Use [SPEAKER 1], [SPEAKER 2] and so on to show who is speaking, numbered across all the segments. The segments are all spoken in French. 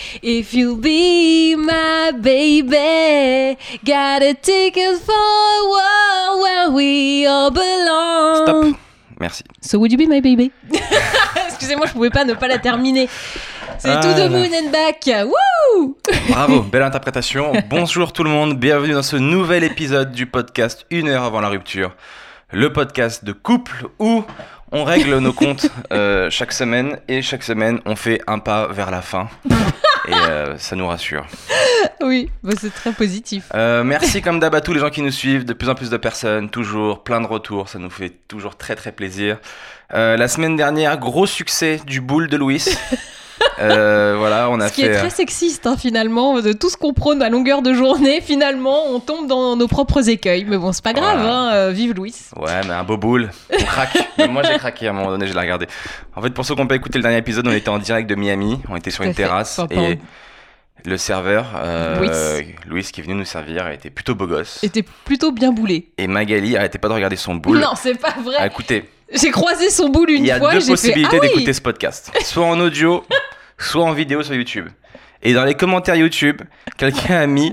[SPEAKER 1] If you'll be my baby, got a ticket for a world where we all belong.
[SPEAKER 2] Stop. Merci.
[SPEAKER 1] So would you be my baby? Excusez-moi, je pouvais pas ne pas la terminer. C'est To the Moon and Back. Wouh!
[SPEAKER 2] Bravo, belle interprétation. Bonjour tout le monde, bienvenue dans ce nouvel épisode du podcast 1 heure avant la rupture. Le podcast de couple où on règle nos comptes chaque semaine et chaque semaine on fait un pas vers la fin. Et ça nous rassure.
[SPEAKER 1] Oui, bah c'est très positif.
[SPEAKER 2] Merci comme d'hab à tous les gens qui nous suivent, de plus en plus de personnes, toujours plein de retours, ça nous fait toujours très très plaisir. La semaine dernière, gros succès du boule de Louis. Voilà, on a
[SPEAKER 1] ce qui est très sexiste finalement, de tout ce qu'on prône à longueur de journée, finalement on tombe dans nos propres écueils, mais bon c'est pas grave, voilà. Vive Louis.
[SPEAKER 2] Ouais, mais un beau boule, on craque. Même moi j'ai craqué à un moment donné, je l'ai regardé. En fait, pour ceux qui n'ont pas écouté le dernier épisode, on était en direct de Miami, on était sur une terrasse et le serveur Louis qui est venu nous servir était plutôt beau gosse,
[SPEAKER 1] était plutôt bien boulé, et
[SPEAKER 2] Magali arrêtait pas de regarder son boule.
[SPEAKER 1] Non, c'est pas vrai.
[SPEAKER 2] Écoutez,
[SPEAKER 1] j'ai croisé son boule une fois.
[SPEAKER 2] Il y a deux possibilités d'écouter ce podcast, soit en audio, soit en vidéo sur YouTube. Et dans les commentaires YouTube, quelqu'un a mis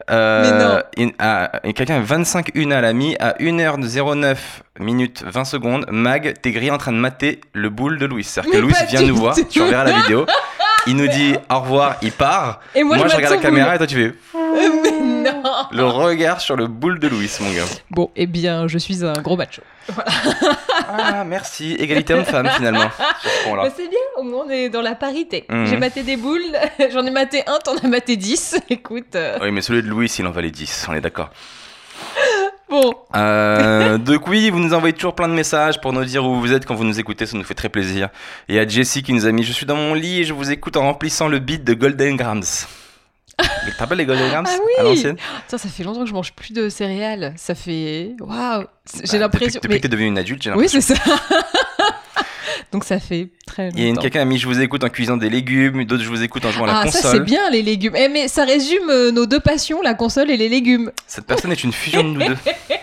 [SPEAKER 2] quelqu'un a 25 Una l'a mis à 1h09 minutes 20 secondes. Mag, t'es grillé en train de mater le boule de Louis. C'est-à-dire que Louis vient nous voir, tu reverras la vidéo. Il nous dit au revoir, il part. Et moi je regarde la caméra et toi tu fais
[SPEAKER 1] mais non.
[SPEAKER 2] Le regard sur le boule de Louis, mon gars.
[SPEAKER 1] Bon, eh bien, je suis un gros macho. Voilà.
[SPEAKER 2] Ah, merci. Égalité homme-femme, finalement.
[SPEAKER 1] Bah, c'est bien, au moins on est dans la parité. J'ai maté des boules, j'en ai maté un, t'en as maté 10. Écoute.
[SPEAKER 2] Oui, mais celui de Louis, il en valait 10, on est d'accord.
[SPEAKER 1] Bon.
[SPEAKER 2] Donc oui, vous nous envoyez toujours plein de messages pour nous dire où vous êtes quand vous nous écoutez, ça nous fait très plaisir. Et il y a Jessie qui nous a mis « Je suis dans mon lit et je vous écoute en remplissant le beat de Golden Grams ». Tu te rappelles les Golden Grams à l'ancienne?
[SPEAKER 1] Ça fait longtemps que je mange plus de céréales. Ça fait... Waouh. J'ai l'impression...
[SPEAKER 2] Depuis que t'es devenue une adulte, j'ai l'impression.
[SPEAKER 1] Oui, c'est ça. Donc ça fait très longtemps.
[SPEAKER 2] Il y a quelqu'un qui a mis « Je vous écoute en cuisant des légumes » d'autres « Je vous écoute en jouant à la console ».
[SPEAKER 1] Ah, ça c'est bien les légumes. Mais ça résume nos deux passions, la console et les légumes.
[SPEAKER 2] Cette personne est une fusion de nous deux.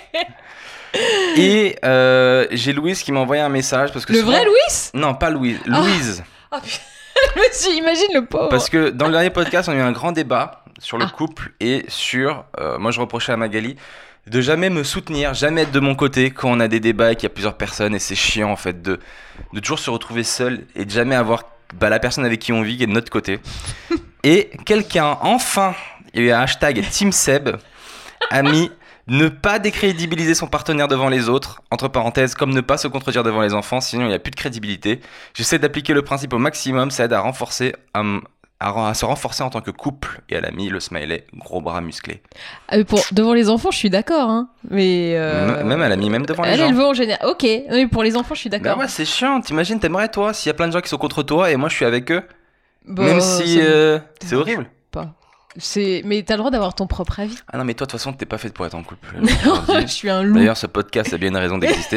[SPEAKER 2] Et j'ai Louise qui m'a envoyé un message parce que
[SPEAKER 1] vrai Louise?
[SPEAKER 2] Non, pas Louise. Louise.
[SPEAKER 1] Ah putain. Imagine le pauvre.
[SPEAKER 2] Parce que dans le dernier podcast, on a eu un grand débat sur le couple et sur... moi, je reprochais à Magali de jamais me soutenir, jamais être de mon côté quand on a des débats et qu'il y a plusieurs personnes. Et c'est chiant, en fait, de toujours se retrouver seul et de jamais avoir la personne avec qui on vit qui est de notre côté. Et quelqu'un, enfin, il y a eu un hashtag Team Seb, a mis... Ne pas décrédibiliser son partenaire devant les autres, entre parenthèses, comme ne pas se contredire devant les enfants, sinon il n'y a plus de crédibilité. J'essaie d'appliquer le principe au maximum, ça aide à se renforcer en tant que couple. Et elle a mis le smiley, gros bras musclés.
[SPEAKER 1] Devant les enfants, je suis d'accord, hein. Mais
[SPEAKER 2] même elle a mis même devant les gens.
[SPEAKER 1] Elle veut en général. Ok, mais pour les enfants, je suis d'accord.
[SPEAKER 2] Bah ouais, c'est chiant. T'imagines, t'aimerais toi, s'il y a plein de gens qui sont contre toi et moi je suis avec eux,
[SPEAKER 1] même
[SPEAKER 2] si c'est horrible.
[SPEAKER 1] Pas. Mais t'as le droit d'avoir ton propre avis.
[SPEAKER 2] Ah non, mais toi, de toute façon, t'es pas faite pour être en couple.
[SPEAKER 1] Je suis un loup.
[SPEAKER 2] D'ailleurs, ce podcast a bien une raison d'exister.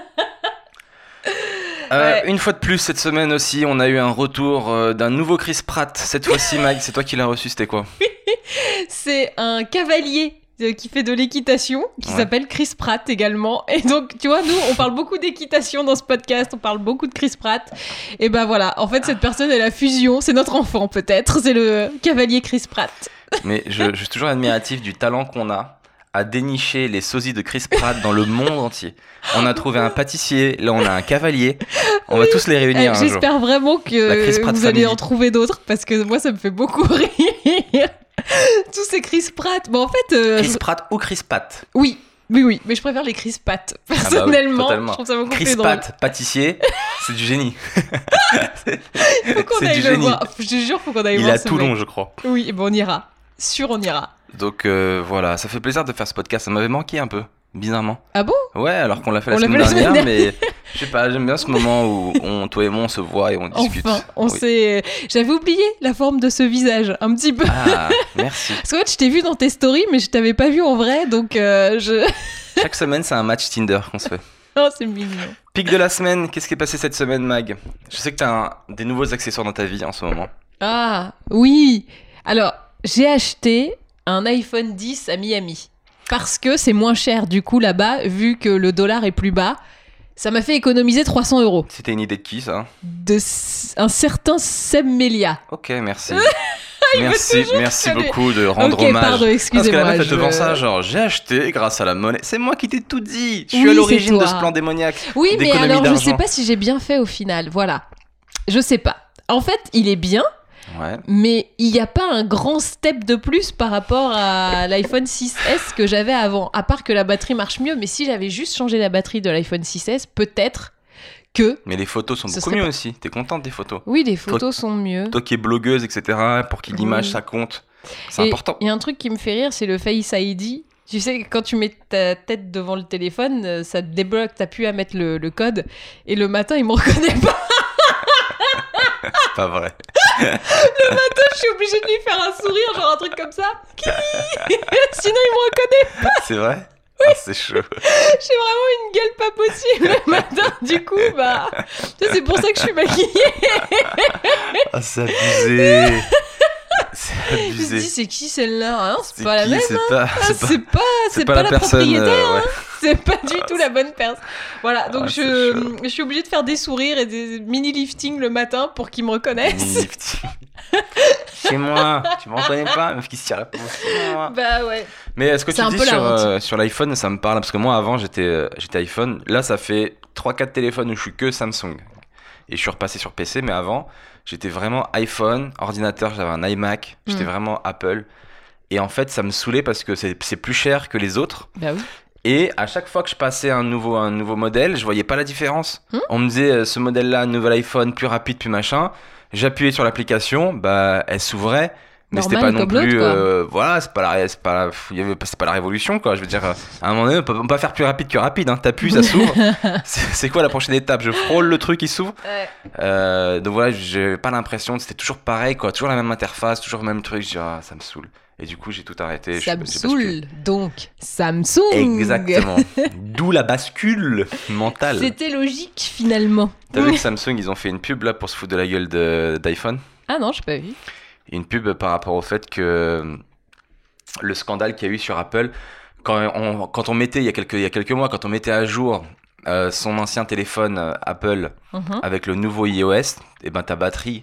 [SPEAKER 2] Une fois de plus, cette semaine aussi, on a eu un retour d'un nouveau Chris Pratt. Cette fois-ci, Mag, c'est toi qui l'as reçu, c'était quoi?
[SPEAKER 1] C'est un cavalier qui fait de l'équitation, qui s'appelle Chris Pratt également. Et donc, tu vois, nous, on parle beaucoup d'équitation dans ce podcast, on parle beaucoup de Chris Pratt. Et ben voilà, en fait, cette personne est la fusion, c'est notre enfant peut-être, c'est le cavalier Chris Pratt.
[SPEAKER 2] Mais je suis toujours admiratif du talent qu'on a à dénicher les sosies de Chris Pratt dans le monde entier. On a trouvé un pâtissier, là on a un cavalier, on va tous les réunir un jour.
[SPEAKER 1] J'espère vraiment que vous allez en trouver d'autres, parce que moi, ça me fait beaucoup rire. Tous ces Chris Pratt. Bon, en fait,
[SPEAKER 2] Chris Pratt ou Chris Pat?
[SPEAKER 1] Oui, mais je préfère les Chris Pratt. Personnellement, je trouve ça beaucoup
[SPEAKER 2] Chris
[SPEAKER 1] plus drôle.
[SPEAKER 2] Pratt, pâtissier, c'est du génie.
[SPEAKER 1] Faut qu'on aille le voir. Je te jure, faut qu'on aille voir.
[SPEAKER 2] Il est à Toulon, je crois.
[SPEAKER 1] Oui, bon, on ira. On ira.
[SPEAKER 2] Donc voilà, ça fait plaisir de faire ce podcast. Ça m'avait manqué un peu, bizarrement.
[SPEAKER 1] Ah bon?
[SPEAKER 2] Ouais, alors qu'on l'a fait la semaine dernière, mais je sais pas, j'aime bien ce moment où toi et moi on se voit et on discute.
[SPEAKER 1] Enfin, j'avais oublié la forme de ce visage, un petit peu.
[SPEAKER 2] Ah, merci.
[SPEAKER 1] Parce que je t'ai vu dans tes stories, mais je t'avais pas vu en vrai, donc
[SPEAKER 2] Chaque semaine, c'est un match Tinder qu'on se fait.
[SPEAKER 1] Oh, c'est mignon.
[SPEAKER 2] Pic de la semaine, qu'est-ce qui est passé cette semaine, Mag? Je sais que t'as des nouveaux accessoires dans ta vie en ce moment.
[SPEAKER 1] Ah, oui. Alors, j'ai acheté un iPhone 10 à Miami. Parce que c'est moins cher du coup là-bas, vu que le dollar est plus bas. Ça m'a fait économiser 300 €.
[SPEAKER 2] C'était une idée de qui, ça?
[SPEAKER 1] Un certain Seb Melia.
[SPEAKER 2] Ok, merci. Merci beaucoup de rendre hommage.
[SPEAKER 1] Pardon, excusez-moi.
[SPEAKER 2] Parce que la meuf, elle te vend ça, genre, j'ai acheté grâce à la monnaie. C'est moi qui t'ai tout dit. Je suis à l'origine de ce plan démoniaque.
[SPEAKER 1] Oui, mais alors, je sais pas si j'ai bien fait au final. Voilà. Je sais pas. En fait, il est bien.
[SPEAKER 2] Ouais.
[SPEAKER 1] Mais il n'y a pas un grand step de plus par rapport à l'iPhone 6S que j'avais avant. À part que la batterie marche mieux. Mais si j'avais juste changé la batterie de l'iPhone 6S, peut-être que...
[SPEAKER 2] Mais les photos sont beaucoup mieux aussi. T'es contente des photos?
[SPEAKER 1] Oui, les photos sont mieux.
[SPEAKER 2] Toi qui es blogueuse, etc., pour qu'il l'image, ça compte. C'est important.
[SPEAKER 1] Il y a un truc qui me fait rire, c'est le Face ID. Tu sais, quand tu mets ta tête devant le téléphone, ça te débloque, t'as plus à mettre le code. Et le matin, il me reconnaît pas.
[SPEAKER 2] C'est pas vrai.
[SPEAKER 1] Le matin, je suis obligée de lui faire un sourire, genre un truc comme ça. Sinon, il me reconnaît pas.
[SPEAKER 2] C'est vrai?
[SPEAKER 1] Oui.
[SPEAKER 2] Ah, c'est chaud.
[SPEAKER 1] J'ai vraiment une gueule pas possible le matin. Du coup, c'est pour ça que je suis maquillée.
[SPEAKER 2] Ah, c'est abusé. C'est abusé.
[SPEAKER 1] Je me dis, c'est qui celle-là? Ah non, c'est pas la même.
[SPEAKER 2] C'est pas la personne.
[SPEAKER 1] Hein. C'est pas du tout la bonne personne. Voilà, donc je suis obligée de faire des sourires et des mini-lifting le matin pour qu'ils me reconnaissent. Mini-lifting.
[SPEAKER 2] Chez moi, tu me reconnais pas, meuf qui se tire la peau.
[SPEAKER 1] Bah ouais.
[SPEAKER 2] Mais ce que tu dis sur l'iPhone, ça me parle parce que moi avant j'étais iPhone. Là, ça fait 3-4 téléphones où je suis que Samsung. Et je suis repassé sur PC, mais avant, j'étais vraiment iPhone, ordinateur, j'avais un iMac, j'étais vraiment Apple. Et en fait, ça me saoulait parce que c'est plus cher que les autres.
[SPEAKER 1] Bah oui.
[SPEAKER 2] Et à chaque fois que je passais un nouveau modèle, je voyais pas la différence. On me disait, ce modèle-là, nouvel iPhone, plus rapide, plus machin. J'appuyais sur l'application, elle s'ouvrait. Mais c'était pas non plus voilà, c'est pas la révolution quoi, je veux dire à un moment donné on peut pas faire plus rapide que rapide hein. T'appuies, ça s'ouvre. c'est quoi la prochaine étape? Je frôle le truc, il s'ouvre. Donc voilà, j'ai pas l'impression, c'était toujours pareil quoi, toujours la même interface, toujours le même truc, je dis ça me saoule. Et du coup, j'ai tout arrêté.
[SPEAKER 1] Ça me saoule, donc Samsung.
[SPEAKER 2] Exactement. D'où la bascule mentale.
[SPEAKER 1] C'était logique finalement.
[SPEAKER 2] T'as vu que Samsung, ils ont fait une pub là pour se foutre de la gueule d'iPhone?
[SPEAKER 1] Ah non, j'ai pas vu.
[SPEAKER 2] Une pub par rapport au fait que le scandale qu'il y a eu sur Apple, quand on mettait, il y a quelques mois, quand on mettait à jour son ancien téléphone Apple avec le nouveau iOS, et ta batterie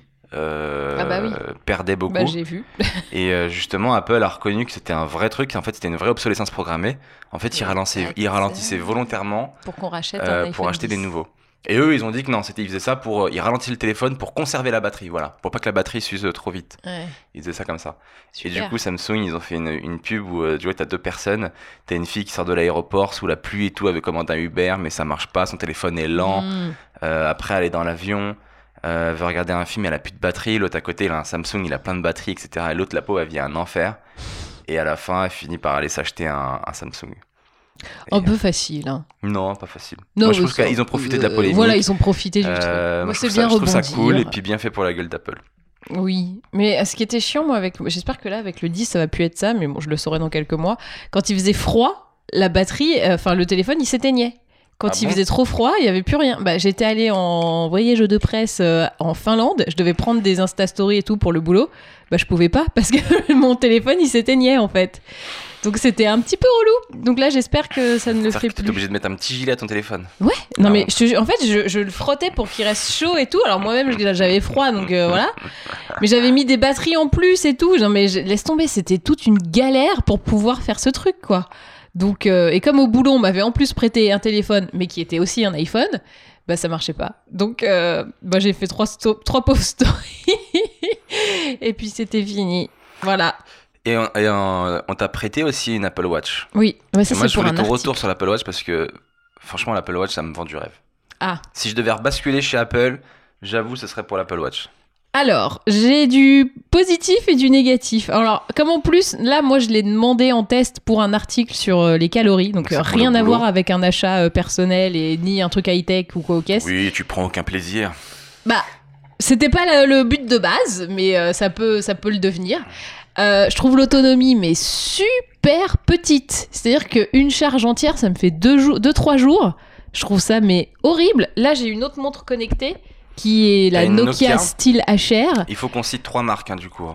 [SPEAKER 2] perdait beaucoup.
[SPEAKER 1] J'ai vu.
[SPEAKER 2] Et justement, Apple a reconnu que c'était un vrai truc. En fait, c'était une vraie obsolescence programmée. En fait, ils ralentissaient volontairement
[SPEAKER 1] pour qu'on rachète un iPhone
[SPEAKER 2] pour acheter
[SPEAKER 1] 10.
[SPEAKER 2] des nouveaux. Et eux, ils ont dit que non, ils faisaient ça ils ralentissaient le téléphone pour conserver la batterie, voilà, pour pas que la batterie s'use trop vite. Ouais. Ils faisaient ça comme ça. Super. Et du coup, Samsung, ils ont fait une pub où tu vois, t'as deux personnes, t'as une fille qui sort de l'aéroport sous la pluie et tout, avec commandé un Uber, mais ça marche pas, son téléphone est lent. Après, elle est dans l'avion, veut regarder un film, elle a plus de batterie. L'autre à côté, il a un Samsung, il a plein de batteries, etc. Et l'autre, la pauvre, elle vit un enfer. Et à la fin, elle finit par aller s'acheter un Samsung.
[SPEAKER 1] Un peu facile, hein.
[SPEAKER 2] Non, pas facile. Moi, je trouve qu'ils ont profité de la polémique.
[SPEAKER 1] Voilà, ils ont profité du truc. Moi, c'est bien rebondir.
[SPEAKER 2] Je trouve ça cool et puis bien fait pour la gueule d'Apple.
[SPEAKER 1] Oui, mais ce qui était chiant, moi, j'espère que là, avec le 10, ça va plus être ça, mais bon, je le saurai dans quelques mois. Quand il faisait froid, la batterie, le téléphone, il s'éteignait. Quand il faisait trop froid, il n'y avait plus rien. J'étais allée en voyage de presse en Finlande. Je devais prendre des Insta Stories et tout pour le boulot. Je pouvais pas parce que mon téléphone, il s'éteignait en fait. Donc c'était un petit peu relou. Donc là, j'espère que ça ne le fait plus.
[SPEAKER 2] T'es obligé de mettre un petit gilet à ton téléphone.
[SPEAKER 1] Ouais. Non mais en fait, je le frottais pour qu'il reste chaud et tout. Alors moi-même, j'avais froid, donc voilà. Mais j'avais mis des batteries en plus et tout. Genre, mais laisse tomber, c'était toute une galère pour pouvoir faire ce truc, quoi. Donc et comme au boulot, on m'avait en plus prêté un téléphone, mais qui était aussi un iPhone, ça marchait pas. Donc j'ai fait trois pauvres stories et puis c'était fini. Voilà.
[SPEAKER 2] Et on t'a prêté aussi une Apple Watch.
[SPEAKER 1] Oui, ça c'est pour un article.
[SPEAKER 2] Moi, je voulais ton retour sur l'Apple Watch parce que, franchement, l'Apple Watch, ça me vend du rêve.
[SPEAKER 1] Ah.
[SPEAKER 2] Si je devais rebasculer chez Apple, j'avoue, ce serait pour l'Apple Watch.
[SPEAKER 1] Alors, j'ai du positif et du négatif. Alors, comme en plus, là, moi, je l'ai demandé en test pour un article sur les calories. Donc rien à voir avec un achat personnel et ni un truc high-tech ou quoi aux caisses.
[SPEAKER 2] Oui, tu prends aucun plaisir.
[SPEAKER 1] C'était pas le but de base, mais ça peut le devenir. Je trouve l'autonomie mais super petite. C'est-à-dire qu'une charge entière, ça me fait 2-3 jours. Je trouve ça mais horrible. Là, j'ai une autre montre connectée qui est la Nokia Style HR.
[SPEAKER 2] Il faut qu'on cite 3 marques du coup.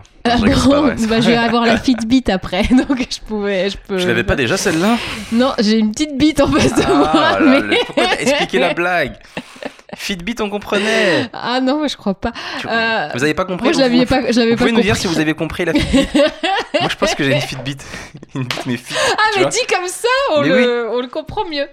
[SPEAKER 1] Je vais avoir la Fitbit après, donc je peux.
[SPEAKER 2] Je l'avais pas déjà celle-là?
[SPEAKER 1] Non, j'ai une petite bite en face de moi.
[SPEAKER 2] Pourquoi t'as expliqué la blague? Fitbit, on comprenait.
[SPEAKER 1] Ah non, moi je crois pas.
[SPEAKER 2] Vous avez pas compris?
[SPEAKER 1] Moi je l'avais pas
[SPEAKER 2] Vous pouvez
[SPEAKER 1] compris.
[SPEAKER 2] nous dire si vous avez compris la Fitbit? Moi je pense que j'ai une Fitbit. Une Bit mais fit.
[SPEAKER 1] Ah mais dit comme ça, on le comprend mieux.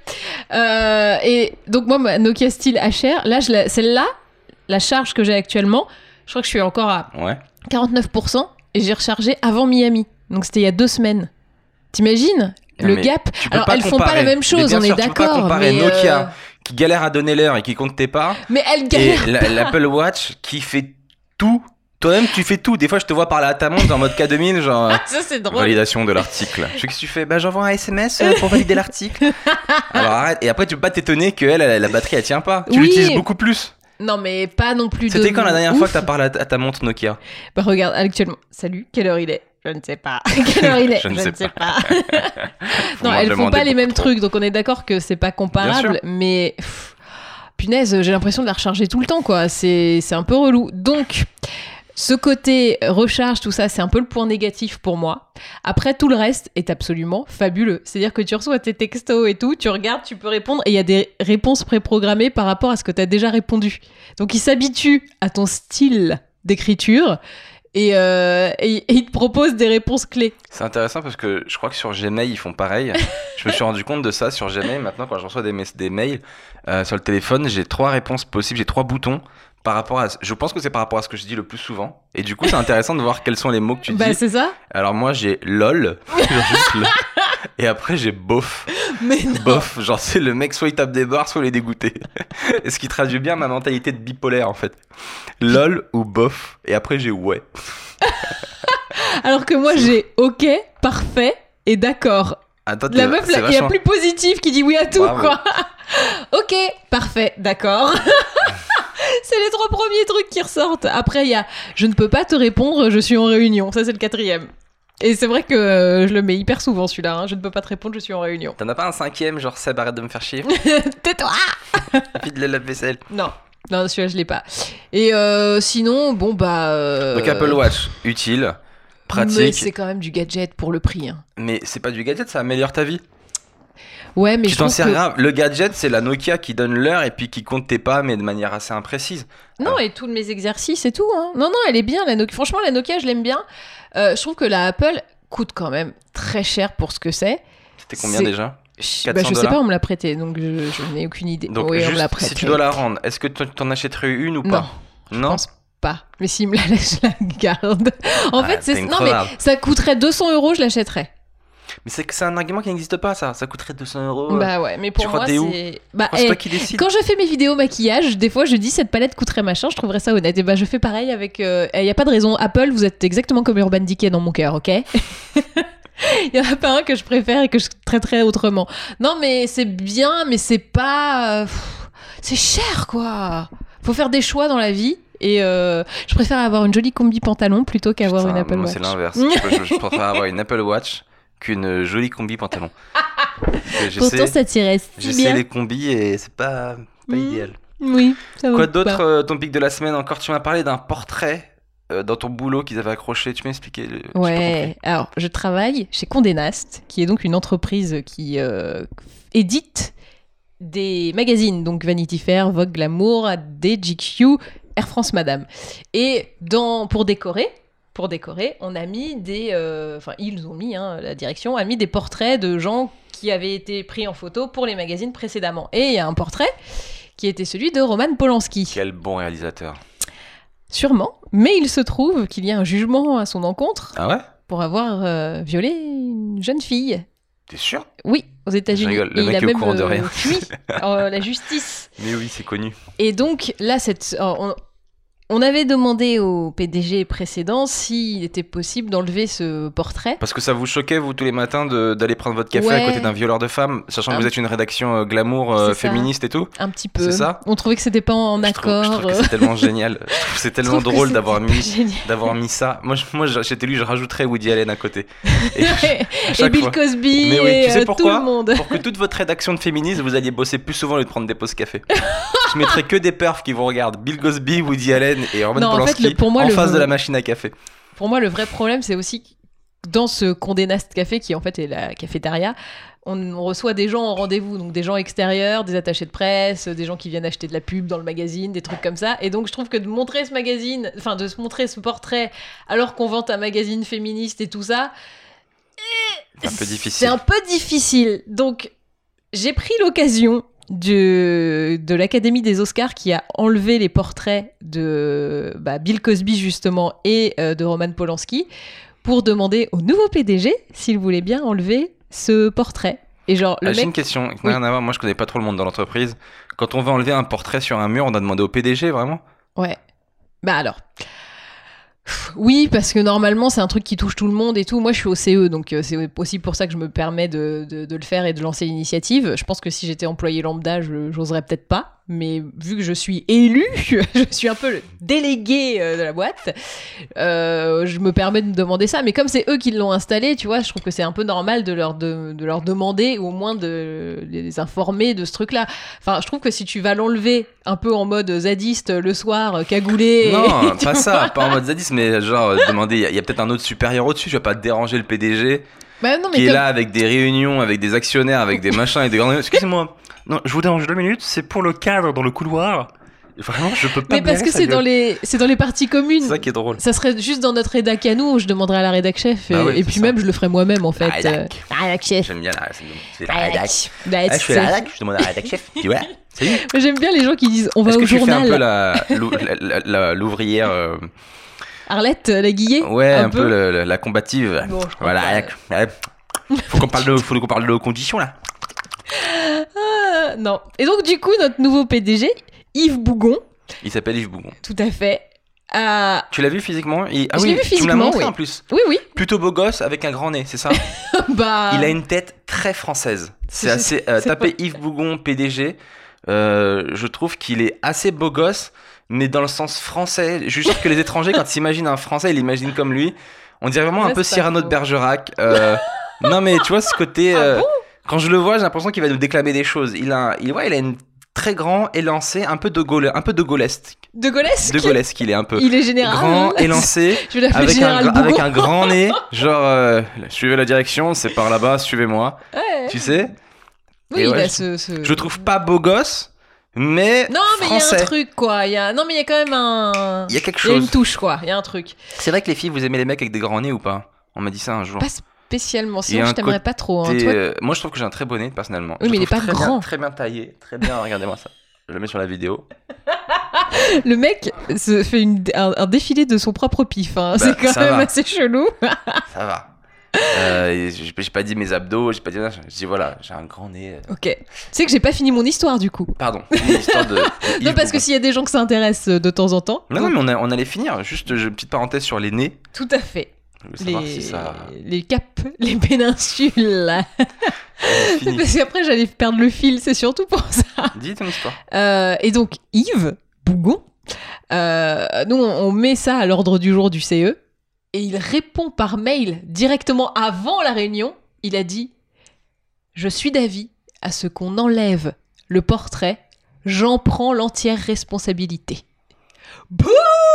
[SPEAKER 1] Et donc moi, ma Nokia Style HR, là, celle-là, la charge que j'ai actuellement, je crois que je suis encore à 49% et j'ai rechargé avant Miami. Donc c'était il y a 2 semaines. T'imagines le gap? Alors elles font pas la même chose, on est d'accord. Tu peux pas
[SPEAKER 2] comparer Nokia qui galère à donner l'heure et qui compte tes pas.
[SPEAKER 1] Mais elle galère.
[SPEAKER 2] Et l'Apple Watch qui fait tout. Toi-même, tu fais tout. Des fois, je te vois parler à ta montre en mode K2000, genre.
[SPEAKER 1] Ça, c'est drôle.
[SPEAKER 2] Validation de l'article. Je sais que tu fais. Bah, j'envoie un SMS pour valider l'article. Alors arrête. Et après, tu peux pas t'étonner que la batterie, elle tient pas. Tu l'utilises beaucoup plus.
[SPEAKER 1] Non, mais pas non plus.
[SPEAKER 2] C'était quand la dernière fois que t'as parlé à ta montre Nokia?
[SPEAKER 1] Bah, regarde, actuellement. Salut, quelle heure il est? Je ne sais pas. Quelle heure il est? Je ne sais pas. Non, elles font pas les mêmes trucs, donc on est d'accord que c'est pas comparable, mais. Punaise, j'ai l'impression de la recharger tout le temps, quoi. C'est un peu relou. Donc. Ce côté recharge, tout ça, c'est un peu le point négatif pour moi. Après, tout le reste est absolument fabuleux. C'est-à-dire que tu reçois tes textos et tout, tu regardes, tu peux répondre et il y a des réponses préprogrammées par rapport à ce que tu as déjà répondu. Donc, il s'habitue à ton style d'écriture et il te propose des réponses clés.
[SPEAKER 2] C'est intéressant parce que je crois que sur Gmail, ils font pareil. Je me suis rendu compte de ça sur Gmail. Maintenant, quand je reçois des mails sur le téléphone, j'ai 3 réponses possibles, j'ai 3 boutons. Je pense que c'est par rapport à ce que je dis le plus souvent. Et du coup, c'est intéressant de voir quels sont les mots que tu dis.
[SPEAKER 1] Bah, c'est ça.
[SPEAKER 2] Alors, moi, j'ai lol. Et après, j'ai bof.
[SPEAKER 1] Mais non.
[SPEAKER 2] Bof. Genre, c'est le mec, soit il tape des barres, soit il est dégoûté. Et ce qui traduit bien ma mentalité de bipolaire, en fait. Lol ou bof. Et après, j'ai ouais.
[SPEAKER 1] Alors que moi, j'ai ok, parfait et d'accord.
[SPEAKER 2] Attends,
[SPEAKER 1] la meuf, il y a plus positif qui dit oui à tout, bravo. Quoi. Ok, parfait, d'accord. C'est les 3 premiers trucs qui ressortent. Après, il y a je ne peux pas te répondre, je suis en réunion. Ça, c'est le 4e. Et c'est vrai que je le mets hyper souvent, celui-là. Hein. Je ne peux pas te répondre, je suis en réunion.
[SPEAKER 2] T'en as pas un 5e, genre Seb, arrête de me faire chier?
[SPEAKER 1] Tais-toi.
[SPEAKER 2] Vide le lave-vaisselle.
[SPEAKER 1] Non, celui-là, je l'ai pas. Et sinon, bon, bah.
[SPEAKER 2] Donc, Apple Watch, utile, pratique.
[SPEAKER 1] Mais c'est quand même du gadget pour le prix. Hein.
[SPEAKER 2] Mais c'est pas du gadget, ça améliore ta vie.
[SPEAKER 1] Ouais, mais
[SPEAKER 2] tu t'en sers grave. Le gadget, c'est la Nokia qui donne l'heure et puis qui compte tes pas, mais de manière assez imprécise.
[SPEAKER 1] Non, et tous mes exercices et tout. Hein. Non, elle est bien, la Nokia. Franchement, la Nokia, je l'aime bien. Je trouve que la Apple coûte quand même très cher pour ce que c'est.
[SPEAKER 2] C'était combien déjà?
[SPEAKER 1] Je sais pas, on me l'a prêté, donc je n'ai aucune idée.
[SPEAKER 2] Donc,
[SPEAKER 1] oui,
[SPEAKER 2] juste,
[SPEAKER 1] on me l'a prêté.
[SPEAKER 2] Si tu dois la rendre, est-ce que t'en achèterais une ou pas?
[SPEAKER 1] Non, je pense pas. Mais s'il me la laisse, je la garde. En fait, non, mais ça coûterait 200 €, je l'achèterais.
[SPEAKER 2] Mais c'est un argument qui n'existe pas, ça coûterait 200 €.
[SPEAKER 1] Bah ouais, mais pour moi c'est...
[SPEAKER 2] c'est toi qui décides.
[SPEAKER 1] Quand je fais mes vidéos maquillage, des fois je dis cette palette coûterait machin, je trouverais ça honnête. Et bah je fais pareil avec... Il n'y a pas de raison. Apple, vous êtes exactement comme Urban Decay dans mon cœur, ok? Il n'y en a pas un que je préfère et que je traiterais autrement. Non mais c'est bien, mais c'est pas... c'est cher quoi. Faut faire des choix dans la vie. Et je préfère avoir une jolie combi pantalon plutôt qu'avoir une Apple Watch.
[SPEAKER 2] C'est l'inverse. je préfère avoir une Apple Watch qu'une jolie combi pantalon.
[SPEAKER 1] Pourtant, ça tirait si bien.
[SPEAKER 2] J'essaie les combis et c'est pas idéal.
[SPEAKER 1] Oui, ça va.
[SPEAKER 2] Quoi d'autre, ton pic de la semaine encore? Tu m'as parlé d'un portrait dans ton boulot qu'ils avaient accroché. Tu m'as expliqué?
[SPEAKER 1] Ouais, alors je travaille chez Condé Nast, qui est donc une entreprise qui édite des magazines, donc Vanity Fair, Vogue Glamour, AD, GQ, Air France Madame. Et pour décorer, on a mis ils ont mis, la direction a mis des portraits de gens qui avaient été pris en photo pour les magazines précédemment. Et il y a un portrait qui était celui de Roman Polanski.
[SPEAKER 2] Quel bon réalisateur.
[SPEAKER 1] Sûrement, mais il se trouve qu'il y a un jugement à son encontre.
[SPEAKER 2] Ah ouais?
[SPEAKER 1] Pour avoir violé une jeune fille.
[SPEAKER 2] T'es sûr?
[SPEAKER 1] Oui, aux États-Unis.
[SPEAKER 2] Je rigole, le mec est au courant de rien.
[SPEAKER 1] Fui la justice.
[SPEAKER 2] Mais oui, c'est connu.
[SPEAKER 1] Et donc là, on avait demandé au PDG précédent s'il était possible d'enlever ce portrait.
[SPEAKER 2] Parce que ça vous choquait, vous, tous les matins, d'aller prendre votre café à côté d'un violeur de femmes, sachant que vous êtes une rédaction glamour féministe et tout? Un
[SPEAKER 1] petit peu.
[SPEAKER 2] C'est ça?
[SPEAKER 1] On trouvait que c'était pas en accord.
[SPEAKER 2] Je trouve que c'est tellement génial. Je trouve que c'est tellement drôle d'avoir mis ça. Moi, j'étais lui, je rajouterais Woody Allen à côté.
[SPEAKER 1] Et Bill Cosby, mais oui, tu sais pourquoi? Tout le monde.
[SPEAKER 2] Pour que toute votre rédaction de féminisme, vous alliez bosser plus souvent au lieu de prendre des pauses café. Je mettrais que des perfs qui vous regardent. Bill Cosby, Woody Allen et Roman Polanski en face de la machine à café.
[SPEAKER 1] Pour moi, le vrai problème, c'est aussi dans ce Condé Nast Café, qui en fait est la cafétéria, on reçoit des gens en rendez-vous, donc des gens extérieurs, des attachés de presse, des gens qui viennent acheter de la pub dans le magazine, des trucs comme ça. Et donc je trouve que de montrer ce magazine, enfin de se montrer ce portrait alors qu'on vante un magazine féministe et tout ça,
[SPEAKER 2] C'est un peu difficile.
[SPEAKER 1] C'est un peu difficile. Donc j'ai pris l'occasion de l'Académie des Oscars qui a enlevé les portraits de Bill Cosby justement et de Roman Polanski pour demander au nouveau PDG s'il voulait bien enlever ce portrait. Et genre,
[SPEAKER 2] J'ai une question qui n'a rien à voir. Moi, je connais pas trop le monde dans l'entreprise. Quand on va enlever un portrait sur un mur, on a demandé au PDG, vraiment ?
[SPEAKER 1] Ouais. Bah alors. Oui, parce que normalement, c'est un truc qui touche tout le monde et tout. Moi, je suis au CE, donc c'est aussi pour ça que je me permets de le faire et de lancer l'initiative. Je pense que si j'étais employé lambda, j'oserais peut-être pas. Mais vu que je suis élue, je suis un peu le délégué de la boîte, je me permets de me demander ça. Mais comme c'est eux qui l'ont installé, tu vois, je trouve que c'est un peu normal de leur demander ou au moins de les informer de ce truc-là. Enfin, je trouve que si tu vas l'enlever un peu en mode zadiste le soir, cagoulé...
[SPEAKER 2] Non, pas ça, pas en mode zadiste, mais genre demander, il y a peut-être un autre supérieur au-dessus, je vais pas déranger le PDG qui est là avec des réunions, avec des actionnaires, avec des machins et des grands... Excusez-moi. Non, je vous dérange 2 minutes, c'est pour le cadre dans le couloir. Vraiment, je peux pas.
[SPEAKER 1] Mais parce que c'est dans les parties communes.
[SPEAKER 2] C'est ça qui est drôle.
[SPEAKER 1] Ça serait juste dans notre rédac à nous, je demanderais à la rédac chef. Et puis ça. Même, je le ferais moi-même en fait. La rédac chef.
[SPEAKER 2] J'aime bien la rédac. Je fais la rédac, je demande à la rédac chef. Tu vois, salut.
[SPEAKER 1] J'aime bien les gens qui disent on va au journal.
[SPEAKER 2] Est-ce que tu fais un peu l'ouvrière
[SPEAKER 1] Arlette Laguillet.
[SPEAKER 2] Ouais, un peu la combative. Bon, voilà. Faut qu'on parle de conditions là.
[SPEAKER 1] Non. Et donc, du coup, notre nouveau PDG, Yves Bougon.
[SPEAKER 2] Il s'appelle Yves Bougon.
[SPEAKER 1] Tout à fait.
[SPEAKER 2] Tu l'as vu physiquement ?
[SPEAKER 1] Je l'ai vu physiquement,
[SPEAKER 2] tu me l'as montré
[SPEAKER 1] oui.
[SPEAKER 2] En plus.
[SPEAKER 1] Oui.
[SPEAKER 2] Plutôt beau gosse avec un grand nez, c'est ça ? Il a une tête très française. C'est assez. Tapez Yves Bougon, PDG. Je trouve qu'il est assez beau gosse, mais dans le sens français. Je suis sûr que les étrangers, quand ils s'imaginent un Français, ils l'imaginent comme lui. On dirait vraiment un peu Cyrano de Bergerac. Non, mais tu vois, ce côté. Bon quand je le vois, j'ai l'impression qu'il va nous déclamer des choses. Il a une très grand, élancé, un peu de Gaulesque.
[SPEAKER 1] De Gaulesque ?
[SPEAKER 2] De Gaulesque, il est un peu.
[SPEAKER 1] Il est général.
[SPEAKER 2] Grand, élancé, avec un grand nez. Genre, suivez la direction, c'est par là-bas, suivez-moi. Ouais. Tu sais ?
[SPEAKER 1] Oui, il a ce...
[SPEAKER 2] Je trouve pas beau gosse, mais
[SPEAKER 1] non, mais il y a un truc, quoi. Non, mais il y a quand même un...
[SPEAKER 2] Il y a quelque chose.
[SPEAKER 1] Il y a une touche, quoi. Il y a un truc.
[SPEAKER 2] C'est vrai que les filles, vous aimez les mecs avec des grands nez ou pas ? On m'a dit ça un jour.
[SPEAKER 1] Pas spécialement, sinon je t'aimerais pas trop. Hein. Toi...
[SPEAKER 2] Moi, je trouve que j'ai un très beau nez, personnellement.
[SPEAKER 1] Oui, mais il est pas grand.
[SPEAKER 2] Très bien taillé, très bien, regardez-moi ça. Je le mets sur la vidéo.
[SPEAKER 1] Le mec se fait un défilé de son propre pif. Hein. C'est quand même assez chelou.
[SPEAKER 2] Ça va. J'ai pas dit mes abdos, j'ai pas dit... Je dis voilà, j'ai un grand nez.
[SPEAKER 1] Ok. Tu sais que j'ai pas fini mon histoire, du coup.
[SPEAKER 2] Pardon. L'histoire de
[SPEAKER 1] non, parce que s'il y a des gens que ça intéresse de temps en temps...
[SPEAKER 2] Non, mais on allait finir. Juste une petite parenthèse sur les nez.
[SPEAKER 1] Tout à fait. Les caps, les péninsules. Parce qu'après j'allais perdre le fil, c'est surtout pour ça.
[SPEAKER 2] Dis ton histoire.
[SPEAKER 1] Et donc Yves Bougon, nous on met ça à l'ordre du jour du CE et il répond par mail directement avant la réunion. Il a dit « Je suis d'avis à ce qu'on enlève le portrait, j'en prends l'entière responsabilité. » Boum!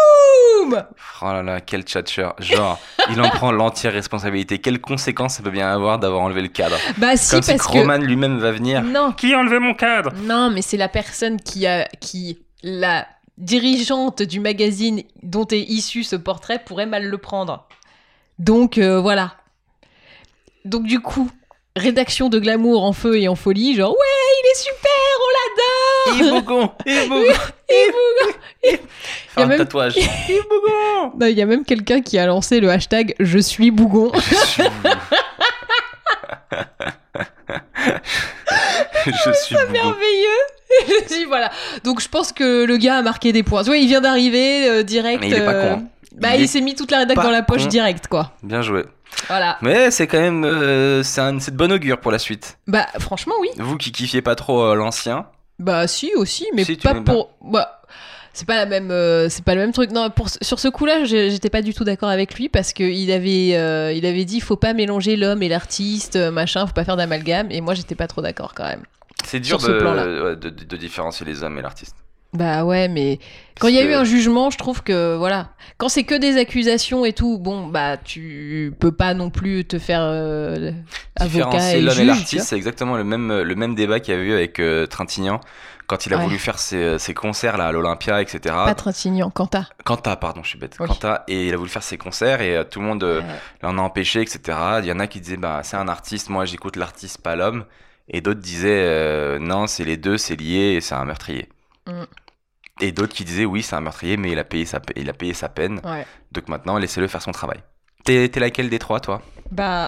[SPEAKER 2] Oh là là, quel tchatcheur. Genre, il en prend l'entière responsabilité. Quelles conséquences ça peut bien avoir d'avoir enlevé le cadre ?
[SPEAKER 1] Bah si,
[SPEAKER 2] comme
[SPEAKER 1] parce
[SPEAKER 2] si
[SPEAKER 1] que
[SPEAKER 2] Roman lui-même va venir.
[SPEAKER 1] Non.
[SPEAKER 2] Qui a enlevé mon cadre ?
[SPEAKER 1] Non, mais c'est la personne la dirigeante du magazine dont est issu ce portrait pourrait mal le prendre. Donc voilà. Donc du coup, rédaction de glamour en feu et en folie, genre ouais, il est super, on l'adore.
[SPEAKER 2] Yves Bougon.
[SPEAKER 1] Un
[SPEAKER 2] tatouage. Yves Bougon.
[SPEAKER 1] Non, il y a même quelqu'un qui a lancé le hashtag je suis Bougon.
[SPEAKER 2] Je suis Bougon.
[SPEAKER 1] Merveilleux. Je dis voilà. Donc je pense que le gars a marqué des points. Tu vois, il vient d'arriver direct.
[SPEAKER 2] Mais il est pas con.
[SPEAKER 1] Il s'est mis toute la rédac dans la poche direct, quoi.
[SPEAKER 2] Bien joué.
[SPEAKER 1] Voilà.
[SPEAKER 2] Mais c'est quand même c'est de bon augure pour la suite.
[SPEAKER 1] Bah franchement oui.
[SPEAKER 2] Vous qui kiffiez pas trop l'ancien.
[SPEAKER 1] Bah si aussi, mais si, pas pour. Bah c'est pas le même truc. Non, sur ce coup-là, j'étais pas du tout d'accord avec lui parce que il avait dit faut pas mélanger l'homme et l'artiste, machin, faut pas faire d'amalgame. Et moi j'étais pas trop d'accord quand même.
[SPEAKER 2] C'est dur de différencier les hommes et l'artiste.
[SPEAKER 1] Bah ouais, mais quand il y a eu un jugement, je trouve que voilà, quand c'est que des accusations et tout, bon bah tu peux pas non plus te faire avocat et
[SPEAKER 2] l'homme
[SPEAKER 1] juge.
[SPEAKER 2] et l'artiste, c'est exactement le même débat qu'il y a eu avec Trintignant quand il a voulu faire ses concerts là à l'Olympia, etc.
[SPEAKER 1] Pas Trintignant, Quentin,
[SPEAKER 2] pardon, je suis bête.
[SPEAKER 1] Oui.
[SPEAKER 2] Quentin, et il a voulu faire ses concerts et tout le monde l'en a empêché, etc. Il y en a qui disaient bah c'est un artiste, moi j'écoute l'artiste, pas l'homme, et d'autres disaient non, c'est les deux, c'est lié et c'est un meurtrier. Et d'autres qui disaient oui, c'est un meurtrier, mais il a payé sa peine.
[SPEAKER 1] Ouais.
[SPEAKER 2] Donc maintenant, laissez-le faire son travail. T'es laquelle des trois, toi?
[SPEAKER 1] Bah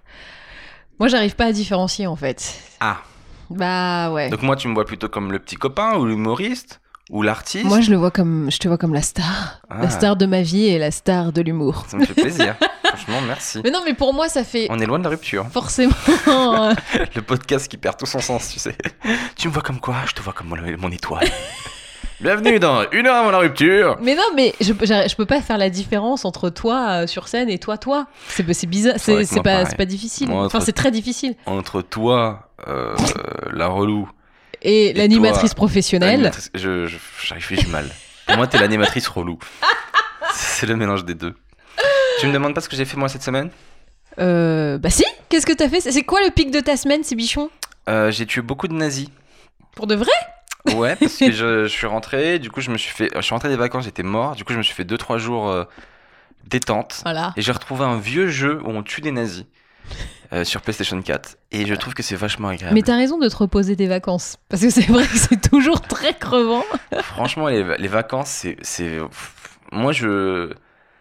[SPEAKER 1] moi j'arrive pas à différencier en fait.
[SPEAKER 2] Ah.
[SPEAKER 1] Bah ouais.
[SPEAKER 2] Donc moi, tu me vois plutôt comme le petit copain ou l'humoriste ou l'artiste?
[SPEAKER 1] Moi je te vois comme la star, la star de ma vie et la star de l'humour.
[SPEAKER 2] Ça me fait plaisir. Franchement, merci.
[SPEAKER 1] Mais non, mais pour moi ça fait
[SPEAKER 2] On est loin de la rupture.
[SPEAKER 1] forcément.
[SPEAKER 2] Le podcast qui perd tout son sens, tu sais. Tu me vois comme quoi? Je te vois comme mon étoile. Bienvenue dans Une heure avant la rupture.
[SPEAKER 1] Mais non, mais je peux pas faire la différence entre toi sur scène et toi. C'est bizarre, c'est pas difficile.
[SPEAKER 2] Moi,
[SPEAKER 1] enfin, c'est très difficile.
[SPEAKER 2] Entre toi, la relou,
[SPEAKER 1] et l'animatrice
[SPEAKER 2] toi,
[SPEAKER 1] professionnelle.
[SPEAKER 2] j'arrive du mal. Pour moi, t'es l'animatrice relou. C'est le mélange des deux. Tu me demandes pas ce que j'ai fait moi cette semaine?
[SPEAKER 1] Bah si. Qu'est-ce que t'as fait? C'est quoi le pic de ta semaine, c'est bichon?
[SPEAKER 2] J'ai tué beaucoup de nazis.
[SPEAKER 1] Pour de vrai?
[SPEAKER 2] Ouais, parce que je suis rentré, du coup je suis rentré des vacances, j'étais mort, du coup je me suis fait 2-3 jours détente.
[SPEAKER 1] Voilà.
[SPEAKER 2] Et j'ai retrouvé un vieux jeu où on tue des nazis sur PlayStation 4. Et je trouve que c'est vachement agréable.
[SPEAKER 1] Mais t'as raison de te reposer des vacances. Parce que c'est vrai que c'est toujours très crevant.
[SPEAKER 2] Franchement, les vacances, c'est... Moi, je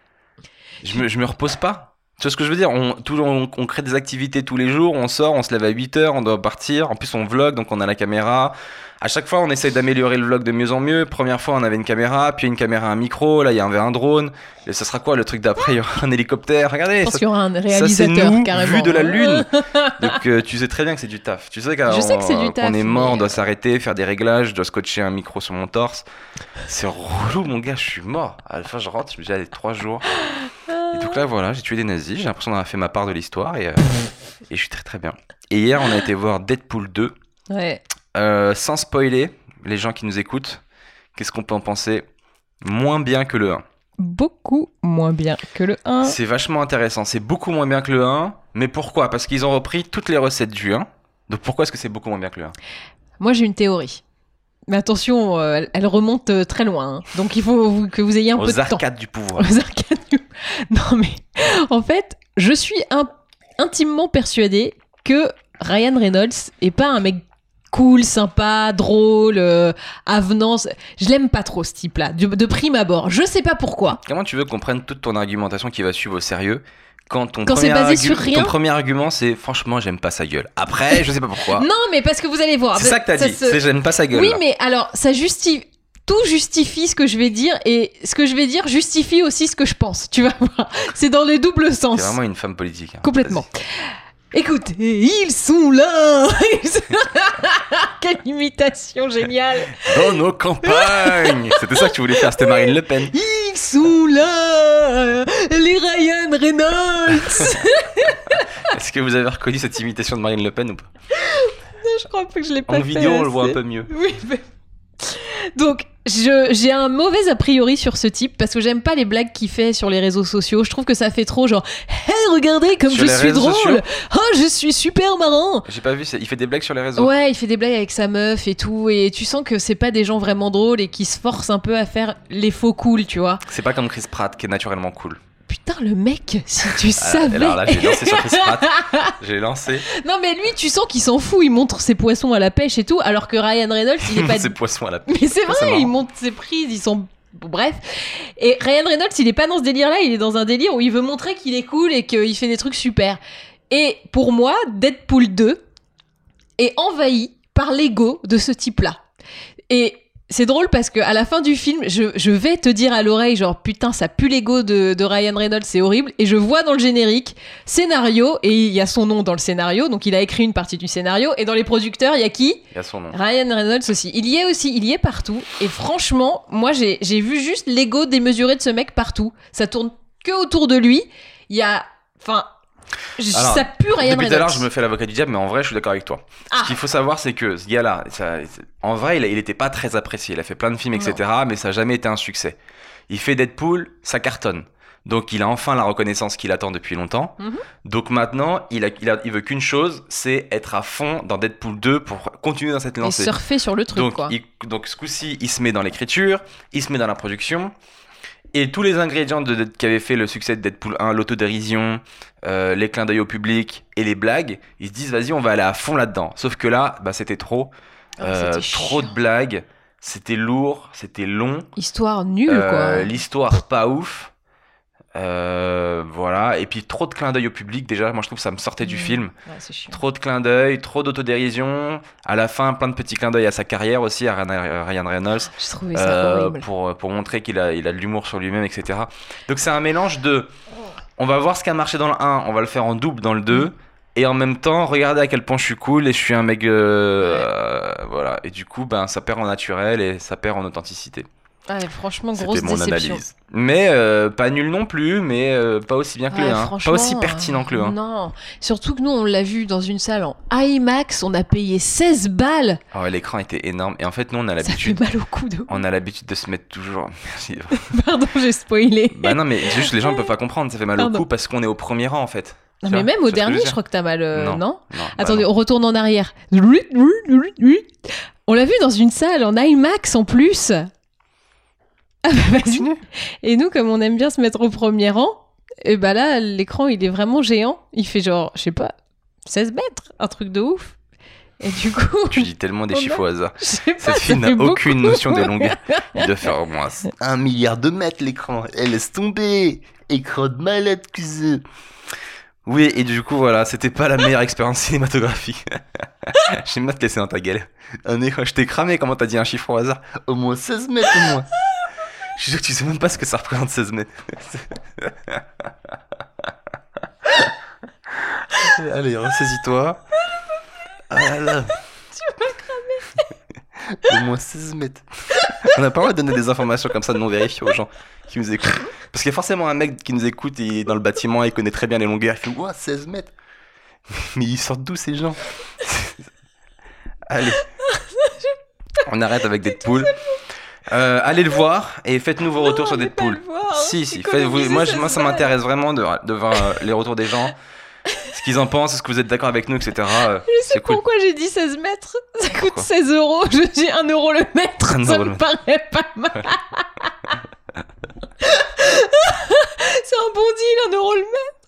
[SPEAKER 2] me repose pas. Tu vois ce que je veux dire? On crée des activités tous les jours, on sort, on se lève à 8h, on doit partir. En plus, on vlog, donc on a la caméra. À chaque fois, on essaye d'améliorer le vlog de mieux en mieux. Première fois, on avait une caméra, puis une caméra, un micro. Là, il y avait un drone. Et ça sera quoi le truc d'après? Il y aura un hélicoptère. Regardez.
[SPEAKER 1] Je pense qu'il y aura un
[SPEAKER 2] Ça, c'est
[SPEAKER 1] réalisateur
[SPEAKER 2] nous,
[SPEAKER 1] carrément.
[SPEAKER 2] vu de la Lune. Donc, tu sais très bien que c'est du taf. Tu sais
[SPEAKER 1] Je sais que c'est du taf,
[SPEAKER 2] qu'on est mort,
[SPEAKER 1] mais-
[SPEAKER 2] on doit s'arrêter, faire des réglages, je dois scotcher un micro sur mon torse. C'est relou, mon gars, je suis mort. À la fin, je rentre, je me dis, allez, 3 jours. Et donc là, voilà, j'ai tué des nazis. J'ai l'impression d'avoir fait ma part de l'histoire et je suis très très bien. Et hier, on a été voir Deadpool 2.
[SPEAKER 1] Ouais.
[SPEAKER 2] Sans spoiler, les gens qui nous écoutent, qu'est-ce qu'on peut en penser? Moins bien que le 1.
[SPEAKER 1] Beaucoup moins bien que le 1.
[SPEAKER 2] C'est vachement intéressant. C'est beaucoup moins bien que le 1. Mais pourquoi? Parce qu'ils ont repris toutes les recettes du 1. Donc pourquoi est-ce que c'est beaucoup moins bien que le 1?
[SPEAKER 1] Moi, j'ai une théorie. Mais attention, elle remonte très loin. Hein. Donc, il faut que vous ayez un peu de
[SPEAKER 2] Aux
[SPEAKER 1] temps.
[SPEAKER 2] arcades du pouvoir.
[SPEAKER 1] Aux arcades du- Non, mais en fait, je suis intimement persuadée que Ryan Reynolds est pas un mec cool, sympa, drôle, avenant. Je l'aime pas trop, ce type-là, de prime abord. Je sais pas pourquoi.
[SPEAKER 2] Comment tu veux qu'on prenne toute ton argumentation qui va suivre au sérieux quand
[SPEAKER 1] Quand c'est basé sur rien.
[SPEAKER 2] ton premier argument c'est franchement j'aime pas sa gueule. Après je sais pas pourquoi.
[SPEAKER 1] Non, mais parce que vous allez voir.
[SPEAKER 2] C'est ça que t'as dit, c'est j'aime pas sa gueule.
[SPEAKER 1] Oui,
[SPEAKER 2] là.
[SPEAKER 1] mais alors, ça justifie... Tout justifie ce que je vais dire et ce que je vais dire justifie aussi ce que je pense. Tu vas voir. C'est dans les doubles sens.
[SPEAKER 2] C'est vraiment une femme politique. Hein.
[SPEAKER 1] Complètement. Écoutez, ils sont là. Quelle imitation géniale.
[SPEAKER 2] Dans nos campagnes. C'était ça que tu voulais faire, c'était Marine Le Pen.
[SPEAKER 1] Ils sont là, les Ryan Reynolds.
[SPEAKER 2] Est-ce que vous avez reconnu cette imitation de Marine Le Pen ou pas?
[SPEAKER 1] Je crois pas que je l'ai pas
[SPEAKER 2] En
[SPEAKER 1] fait
[SPEAKER 2] vidéo on le voit
[SPEAKER 1] assez.
[SPEAKER 2] un peu mieux.
[SPEAKER 1] Oui, mais... Donc, j'ai un mauvais a priori sur ce type parce que j'aime pas les blagues qu'il fait sur les réseaux sociaux. Je trouve que ça fait trop genre hey, regardez comme
[SPEAKER 2] Sur
[SPEAKER 1] je
[SPEAKER 2] les
[SPEAKER 1] suis
[SPEAKER 2] réseaux
[SPEAKER 1] drôle.
[SPEAKER 2] sociaux
[SPEAKER 1] Oh, je suis super marrant.
[SPEAKER 2] J'ai pas vu, il fait des blagues sur les réseaux.
[SPEAKER 1] Ouais, il fait des blagues avec sa meuf et tout. Et tu sens que c'est pas des gens vraiment drôles et qui se forcent un peu à faire les faux cool, tu vois.
[SPEAKER 2] C'est pas comme Chris Pratt qui est naturellement cool.
[SPEAKER 1] Putain, le mec, si tu savais.
[SPEAKER 2] Alors là, j'ai lancé sur Chris Pratt. J'ai lancé.
[SPEAKER 1] Non, mais lui, tu sens qu'il s'en fout. Il montre ses poissons à la pêche et tout. Alors que Ryan Reynolds, il est pas.
[SPEAKER 2] Ces poissons à la
[SPEAKER 1] Mais c'est
[SPEAKER 2] C'est
[SPEAKER 1] vrai,
[SPEAKER 2] marrant.
[SPEAKER 1] il monte ses prises, ils sont... Bon, bref. Et Ryan Reynolds, il est pas dans ce délire-là, il est dans un délire où il veut montrer qu'il est cool et qu'il fait des trucs super. Et pour moi, Deadpool 2 est envahi par l'ego de ce type-là. Et c'est drôle parce qu'à la fin du film, je vais te dire à l'oreille, genre putain, ça pue l'ego de Ryan Reynolds, c'est horrible. Et je vois dans le générique, scénario, et il y a son nom dans le scénario, donc il a écrit une partie du scénario. Et dans les producteurs, il y a qui ?
[SPEAKER 2] Il y a son nom.
[SPEAKER 1] Ryan Reynolds aussi. Il y est partout. Et franchement, moi, j'ai vu juste l'ego démesuré de ce mec partout. Ça tourne que autour de lui. Il y a... Enfin...
[SPEAKER 2] Alors,
[SPEAKER 1] ça pue Ryan
[SPEAKER 2] depuis tout à l'heure,
[SPEAKER 1] Reynolds.
[SPEAKER 2] je me fais l'avocat du diable, mais en vrai, je suis d'accord avec toi.
[SPEAKER 1] Ah.
[SPEAKER 2] Ce qu'il faut savoir, c'est que ce gars-là, en vrai, il était pas très apprécié. Il a fait plein de films, etc., mais ça n'a jamais été un succès. Il fait Deadpool, ça cartonne. Donc, il a enfin la reconnaissance qu'il attend depuis longtemps. Donc, maintenant, il veut qu'une chose, c'est être à fond dans Deadpool 2 pour continuer dans cette lancée.
[SPEAKER 1] Et surfer sur le truc,
[SPEAKER 2] donc,
[SPEAKER 1] quoi.
[SPEAKER 2] Donc, ce coup-ci, il se met dans l'écriture, il se met dans la production. Et tous les ingrédients qui avaient fait le succès de Deadpool 1, l'autodérision, les clins d'œil au public et les blagues, ils se disent vas-y, on va aller à fond là-dedans. Sauf que là, c'était trop. Trop de blagues, c'était lourd, c'était long.
[SPEAKER 1] Histoire nulle, quoi.
[SPEAKER 2] L'histoire pas ouf. Voilà. Et puis trop de clins d'œil au public. Déjà, moi je trouve que ça me sortait du film.
[SPEAKER 1] Ouais, c'est chiant.
[SPEAKER 2] Trop de clins d'œil, trop d'autodérision. À la fin, plein de petits clins d'œil à sa carrière aussi, à Ryan Reynolds.
[SPEAKER 1] J'ai trouvé ça horrible.
[SPEAKER 2] Pour montrer qu'il a de l'humour sur lui-même, etc. Donc c'est un mélange de... On va voir ce qui a marché dans le 1, on va le faire en double dans le 2. Et en même temps, regardez à quel point je suis cool et je suis un mec... voilà. Et du coup, ça perd en naturel et ça perd en authenticité.
[SPEAKER 1] Ouais, franchement, grosse
[SPEAKER 2] C'était mon
[SPEAKER 1] déception.
[SPEAKER 2] analyse. Mais pas nul non plus, mais pas aussi bien que le 1. Pas aussi pertinent que le 1.
[SPEAKER 1] Non, surtout que nous, on l'a vu dans une salle en IMAX, on a payé 16 balles.
[SPEAKER 2] Ah ouais, l'écran était énorme. Et en fait, nous, on a
[SPEAKER 1] Ça fait
[SPEAKER 2] l'habitude...
[SPEAKER 1] mal au cou de ouf.
[SPEAKER 2] On a l'habitude de se mettre toujours... Merci.
[SPEAKER 1] Pardon, j'ai spoilé.
[SPEAKER 2] Bah non, mais juste les gens ne peuvent pas comprendre. Ça fait mal
[SPEAKER 1] Pardon.
[SPEAKER 2] au cou parce qu'on est au premier rang, en fait.
[SPEAKER 1] Non,
[SPEAKER 2] Tu
[SPEAKER 1] mais
[SPEAKER 2] vois,
[SPEAKER 1] même au
[SPEAKER 2] c'est ce que
[SPEAKER 1] dernier,
[SPEAKER 2] veux
[SPEAKER 1] je crois que t'as mal, non,
[SPEAKER 2] Non,
[SPEAKER 1] Attendez,
[SPEAKER 2] non.
[SPEAKER 1] on retourne en arrière. On l'a vu dans une salle en IMAX en plus. Ah bah vas-y.
[SPEAKER 2] Continue.
[SPEAKER 1] Et nous, comme on aime bien se mettre au premier rang, et bah là, l'écran, il est vraiment géant. Il fait genre, je sais pas, 16 mètres, un truc de ouf. Et du coup...
[SPEAKER 2] Tu dis tellement des chiffres au hasard.
[SPEAKER 1] Je sais pas,
[SPEAKER 2] Cette
[SPEAKER 1] ça
[SPEAKER 2] fille n'a
[SPEAKER 1] fait beaucoup.
[SPEAKER 2] aucune notion de longueur. Il doit faire au moins 1 milliard de mètres l'écran. Elle laisse tomber. Écran de malade, cuiseux. Oui, et du coup, voilà, c'était pas la meilleure expérience cinématographique. J'aime bien te laisser dans ta galère. Un écran, je t'ai cramé, comment t'as dit un chiffre au hasard? Au moins 16 mètres, au moins. Je suis sûr que tu sais même pas ce que ça représente 16 mètres. Allez, ressaisis-toi. Ah là là.
[SPEAKER 1] Tu m'as cramé.
[SPEAKER 2] Au moins 16 mètres. On n'a pas le droit de donner des informations comme ça non vérifiées aux gens qui nous écoutent. Parce qu'il y a forcément un mec qui nous écoute, il est dans le bâtiment, il connaît très bien les longueurs, il fait ouah, 16 mètres. Mais ils sortent d'où ces gens? Allez. On arrête avec Deadpool. Allez le voir et faites-nous vos retours sur Deadpool. Si, moi ça m'intéresse vraiment de voir les retours des gens, ce qu'ils en pensent, est-ce que vous êtes d'accord avec nous, etc.
[SPEAKER 1] Je sais
[SPEAKER 2] cool.
[SPEAKER 1] pourquoi j'ai dit 16 mètres. Ça coûte
[SPEAKER 2] Pourquoi
[SPEAKER 1] 16 €. Je dis 1 € le mètre.
[SPEAKER 2] 1
[SPEAKER 1] Ça
[SPEAKER 2] euro
[SPEAKER 1] me
[SPEAKER 2] le
[SPEAKER 1] paraît pas mal. C'est un bon deal, 1 € le mètre.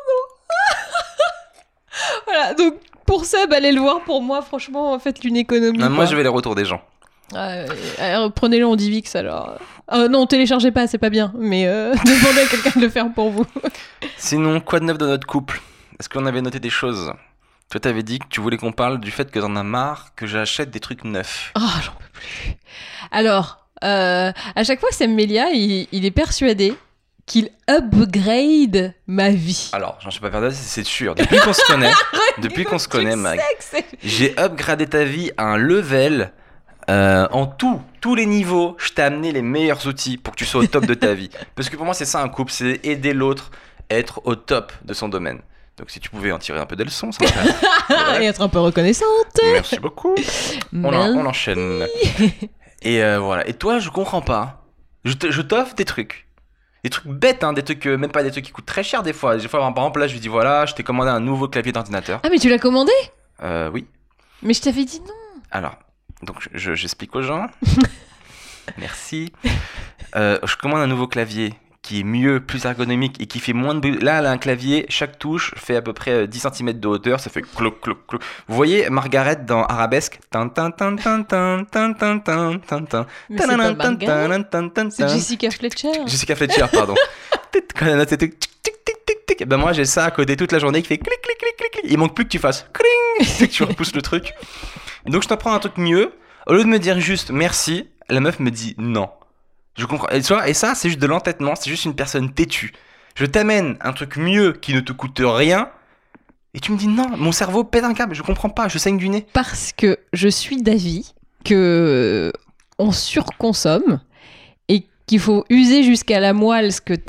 [SPEAKER 1] Pardon. Voilà, donc pour Seb, allez le voir. Pour moi, franchement, faites une économie.
[SPEAKER 2] Non, moi
[SPEAKER 1] quoi.
[SPEAKER 2] je vais les retours des gens.
[SPEAKER 1] Prenez-le en DivX alors. Non, téléchargez pas, c'est pas bien. Mais demandez à quelqu'un de le faire pour vous.
[SPEAKER 2] Sinon, quoi de neuf dans notre couple? Est-ce qu'on avait noté des choses? Toi, t'avais dit que tu voulais qu'on parle du fait que t'en as marre que j'achète des trucs neufs.
[SPEAKER 1] Oh, j'en peux plus. Alors, à chaque fois, Sam Melia, il est persuadé qu'il upgrade ma vie.
[SPEAKER 2] Alors, j'en suis pas perdu, c'est sûr. Depuis qu'on se connaît, Mag, j'ai upgradé ta vie à un level en tous les niveaux. Je t'ai amené les meilleurs outils pour que tu sois au top de ta vie. Parce que pour moi, c'est ça un couple, c'est aider l'autre à être au top de son domaine. Donc si tu pouvais en tirer un peu des leçons, ça m'intéresse.
[SPEAKER 1] Et être un peu reconnaissante.
[SPEAKER 2] Merci beaucoup. On enchaîne. Et voilà. Et toi, je comprends pas. Je t'offre des trucs. Des trucs bêtes, hein, des trucs, même pas des trucs qui coûtent très cher des fois. Des fois, par exemple, là, je lui dis voilà, je t'ai commandé un nouveau clavier d'ordinateur.
[SPEAKER 1] Ah, mais tu l'as commandé?
[SPEAKER 2] Oui.
[SPEAKER 1] Mais je t'avais dit non.
[SPEAKER 2] Alors, donc j'explique aux gens. Merci. Je commande un nouveau clavier qui est mieux, plus ergonomique et qui fait moins de bruit. Là, elle a un clavier, chaque touche fait à peu près 10 cm de hauteur, ça fait cloc, cloc, cloc. Vous voyez Margaret dans Arabesque? Tin, tin, tin, tin, tin, tin, tin, tin, tin, tin.
[SPEAKER 1] Mais c'est pas Margaret. C'est Jessica Fletcher.
[SPEAKER 2] Jessica Fletcher, pardon. Quand elle a tic, tic, tic, tic, tic. Ben moi, j'ai ça à côté toute la journée qui fait clic, clic, clic, clic, clic. Il manque plus que tu fasses cling, que tu repousses le truc. Donc, je t'en prends un truc mieux. Au lieu de me dire juste merci, la meuf me dit non. Je comprends. Et, tu vois, et ça, c'est juste de l'entêtement, c'est juste une personne têtue. Je t'amène un truc mieux qui ne te coûte rien, et tu me dis non, mon cerveau pète un câble, je comprends pas, je saigne du nez.
[SPEAKER 1] Parce que je suis d'avis que on surconsomme et qu'il faut user jusqu'à la moelle ce que t'as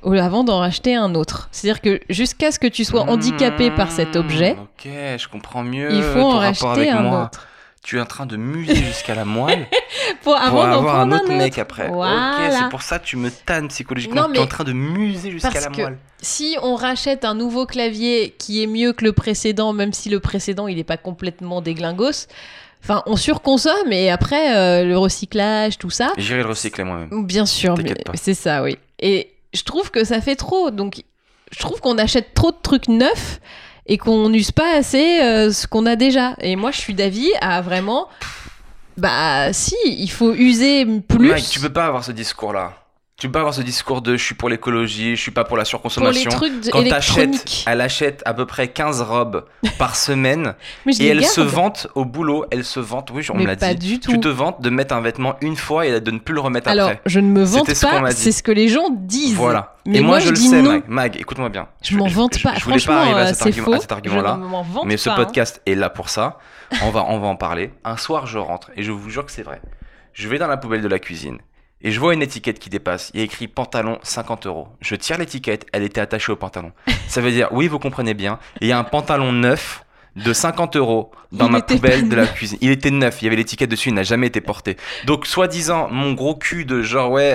[SPEAKER 1] avant d'en racheter un autre. C'est-à-dire que jusqu'à ce que tu sois handicapé par cet objet,
[SPEAKER 2] ok, je comprends mieux
[SPEAKER 1] il faut
[SPEAKER 2] ton
[SPEAKER 1] en
[SPEAKER 2] rapport
[SPEAKER 1] racheter
[SPEAKER 2] avec
[SPEAKER 1] un
[SPEAKER 2] moi.
[SPEAKER 1] autre.
[SPEAKER 2] Tu es en train de muser jusqu'à la moelle
[SPEAKER 1] Pour
[SPEAKER 2] avoir
[SPEAKER 1] d'en
[SPEAKER 2] un
[SPEAKER 1] prendre
[SPEAKER 2] autre mec après.
[SPEAKER 1] Voilà.
[SPEAKER 2] Ok, c'est pour ça que tu me tannes psychologiquement.
[SPEAKER 1] Non,
[SPEAKER 2] Tu es en
[SPEAKER 1] mais
[SPEAKER 2] train de muser jusqu'à
[SPEAKER 1] parce
[SPEAKER 2] la
[SPEAKER 1] que
[SPEAKER 2] moelle.
[SPEAKER 1] si on rachète un nouveau clavier qui est mieux que le précédent, même si le précédent il n'est pas complètement déglingos, enfin on surconsomme et après le recyclage, tout ça.
[SPEAKER 2] J'irai le recycler moi-même.
[SPEAKER 1] Bien sûr, mais
[SPEAKER 2] T'inquiète pas.
[SPEAKER 1] c'est ça, oui. Et je trouve que ça fait trop. Donc je trouve qu'on achète trop de trucs neufs et qu'on n'use pas assez ce qu'on a déjà. Et moi je suis d'avis à vraiment... Bah si, il faut user plus.
[SPEAKER 2] Mike, tu peux pas avoir ce discours-là. Tu peux pas avoir ce discours de je suis pour l'écologie, je suis pas pour la
[SPEAKER 1] pour les
[SPEAKER 2] surconsommation.
[SPEAKER 1] trucs
[SPEAKER 2] Quand
[SPEAKER 1] électroniques.
[SPEAKER 2] elle achète à peu près 15 robes par semaine
[SPEAKER 1] Mais je
[SPEAKER 2] et
[SPEAKER 1] les
[SPEAKER 2] elle
[SPEAKER 1] garde.
[SPEAKER 2] se vante au boulot, elle se vante, oui, on
[SPEAKER 1] Mais
[SPEAKER 2] me l'a
[SPEAKER 1] pas
[SPEAKER 2] dit.
[SPEAKER 1] du tout.
[SPEAKER 2] Tu te vantes de mettre un vêtement une fois et de ne plus le remettre
[SPEAKER 1] Alors,
[SPEAKER 2] après.
[SPEAKER 1] je ne me vante
[SPEAKER 2] C'était ce qu'on
[SPEAKER 1] pas,
[SPEAKER 2] m'a dit.
[SPEAKER 1] c'est ce que les gens disent.
[SPEAKER 2] Voilà.
[SPEAKER 1] Mais
[SPEAKER 2] et moi je le
[SPEAKER 1] dis
[SPEAKER 2] sais,
[SPEAKER 1] non.
[SPEAKER 2] Mag, écoute-moi bien.
[SPEAKER 1] Je m'en vante pas.
[SPEAKER 2] Je voulais
[SPEAKER 1] Franchement,
[SPEAKER 2] pas arriver à
[SPEAKER 1] c'est faux.
[SPEAKER 2] cet argument-là.
[SPEAKER 1] Je m'en vante
[SPEAKER 2] Mais ce
[SPEAKER 1] pas,
[SPEAKER 2] podcast est là pour ça. On va en parler. Un soir, je rentre et je vous jure que c'est vrai. Je vais dans la poubelle de la cuisine et je vois une étiquette qui dépasse. Il y a écrit pantalon 50 €. Je tire l'étiquette, elle était attachée au pantalon. Ça veut dire, oui, vous comprenez bien, il y a un pantalon neuf de 50 € dans
[SPEAKER 1] Il
[SPEAKER 2] ma
[SPEAKER 1] était
[SPEAKER 2] poubelle
[SPEAKER 1] pas
[SPEAKER 2] de la cuisine. Il était neuf, il y avait l'étiquette dessus, il n'a jamais été porté. Donc, soi-disant, mon gros cul de genre, ouais,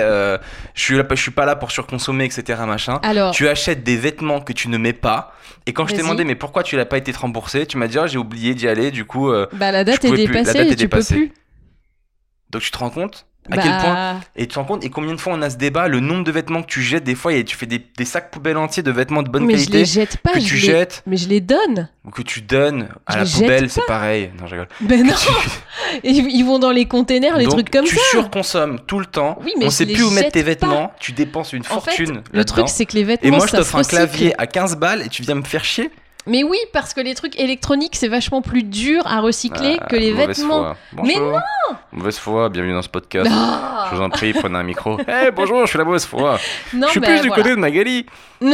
[SPEAKER 2] je suis pas là pour surconsommer, etc., machin.
[SPEAKER 1] Alors,
[SPEAKER 2] Tu achètes des vêtements que tu ne mets pas. Et quand je t'ai
[SPEAKER 1] Vas-y.
[SPEAKER 2] demandé, mais pourquoi tu l'as pas été remboursé, tu m'as dit, oh, j'ai oublié d'y aller, du coup.
[SPEAKER 1] bah, la date
[SPEAKER 2] je
[SPEAKER 1] est
[SPEAKER 2] pouvais plus. La
[SPEAKER 1] dépassée
[SPEAKER 2] date est
[SPEAKER 1] et tu peux
[SPEAKER 2] dépassée.
[SPEAKER 1] plus.
[SPEAKER 2] Donc tu te rends compte à quel point. Et tu te rends compte, et combien de fois on a ce débat, le nombre de vêtements que tu jettes, des fois, tu fais des sacs poubelles entiers de vêtements de bonne
[SPEAKER 1] Mais je
[SPEAKER 2] qualité
[SPEAKER 1] les jette pas.
[SPEAKER 2] que
[SPEAKER 1] je
[SPEAKER 2] tu
[SPEAKER 1] les-
[SPEAKER 2] jettes
[SPEAKER 1] Mais je les donne.
[SPEAKER 2] ou que tu donnes à
[SPEAKER 1] Je
[SPEAKER 2] la
[SPEAKER 1] les
[SPEAKER 2] poubelle,
[SPEAKER 1] jette
[SPEAKER 2] c'est pareil. Non, je rigole.
[SPEAKER 1] Ben non.
[SPEAKER 2] Tu-
[SPEAKER 1] Et ils vont dans les containers, les
[SPEAKER 2] Donc,
[SPEAKER 1] trucs comme
[SPEAKER 2] tu
[SPEAKER 1] ça.
[SPEAKER 2] surconsommes tout le temps.
[SPEAKER 1] Oui, mais
[SPEAKER 2] On
[SPEAKER 1] je
[SPEAKER 2] sait
[SPEAKER 1] les
[SPEAKER 2] plus où mettre
[SPEAKER 1] jette
[SPEAKER 2] tes
[SPEAKER 1] pas.
[SPEAKER 2] vêtements. Tu dépenses une
[SPEAKER 1] En fait,
[SPEAKER 2] fortune
[SPEAKER 1] le
[SPEAKER 2] là-dedans.
[SPEAKER 1] truc, c'est que les vêtements,
[SPEAKER 2] Et moi, je
[SPEAKER 1] ça
[SPEAKER 2] t'offre
[SPEAKER 1] se
[SPEAKER 2] un
[SPEAKER 1] recycle.
[SPEAKER 2] clavier à 15 balles et tu viens me faire chier.
[SPEAKER 1] Mais oui, parce que les trucs électroniques, c'est vachement plus dur à recycler que les
[SPEAKER 2] Mauvaise
[SPEAKER 1] vêtements.
[SPEAKER 2] foi.
[SPEAKER 1] Mais
[SPEAKER 2] Bonjour. Mauvaise foi, bienvenue dans ce podcast.
[SPEAKER 1] Ah.
[SPEAKER 2] Je vous en prie, prenez un micro. Eh bonjour, je suis la mauvaise foi.
[SPEAKER 1] Non,
[SPEAKER 2] Je suis
[SPEAKER 1] bah,
[SPEAKER 2] plus du
[SPEAKER 1] voilà.
[SPEAKER 2] côté de Magali.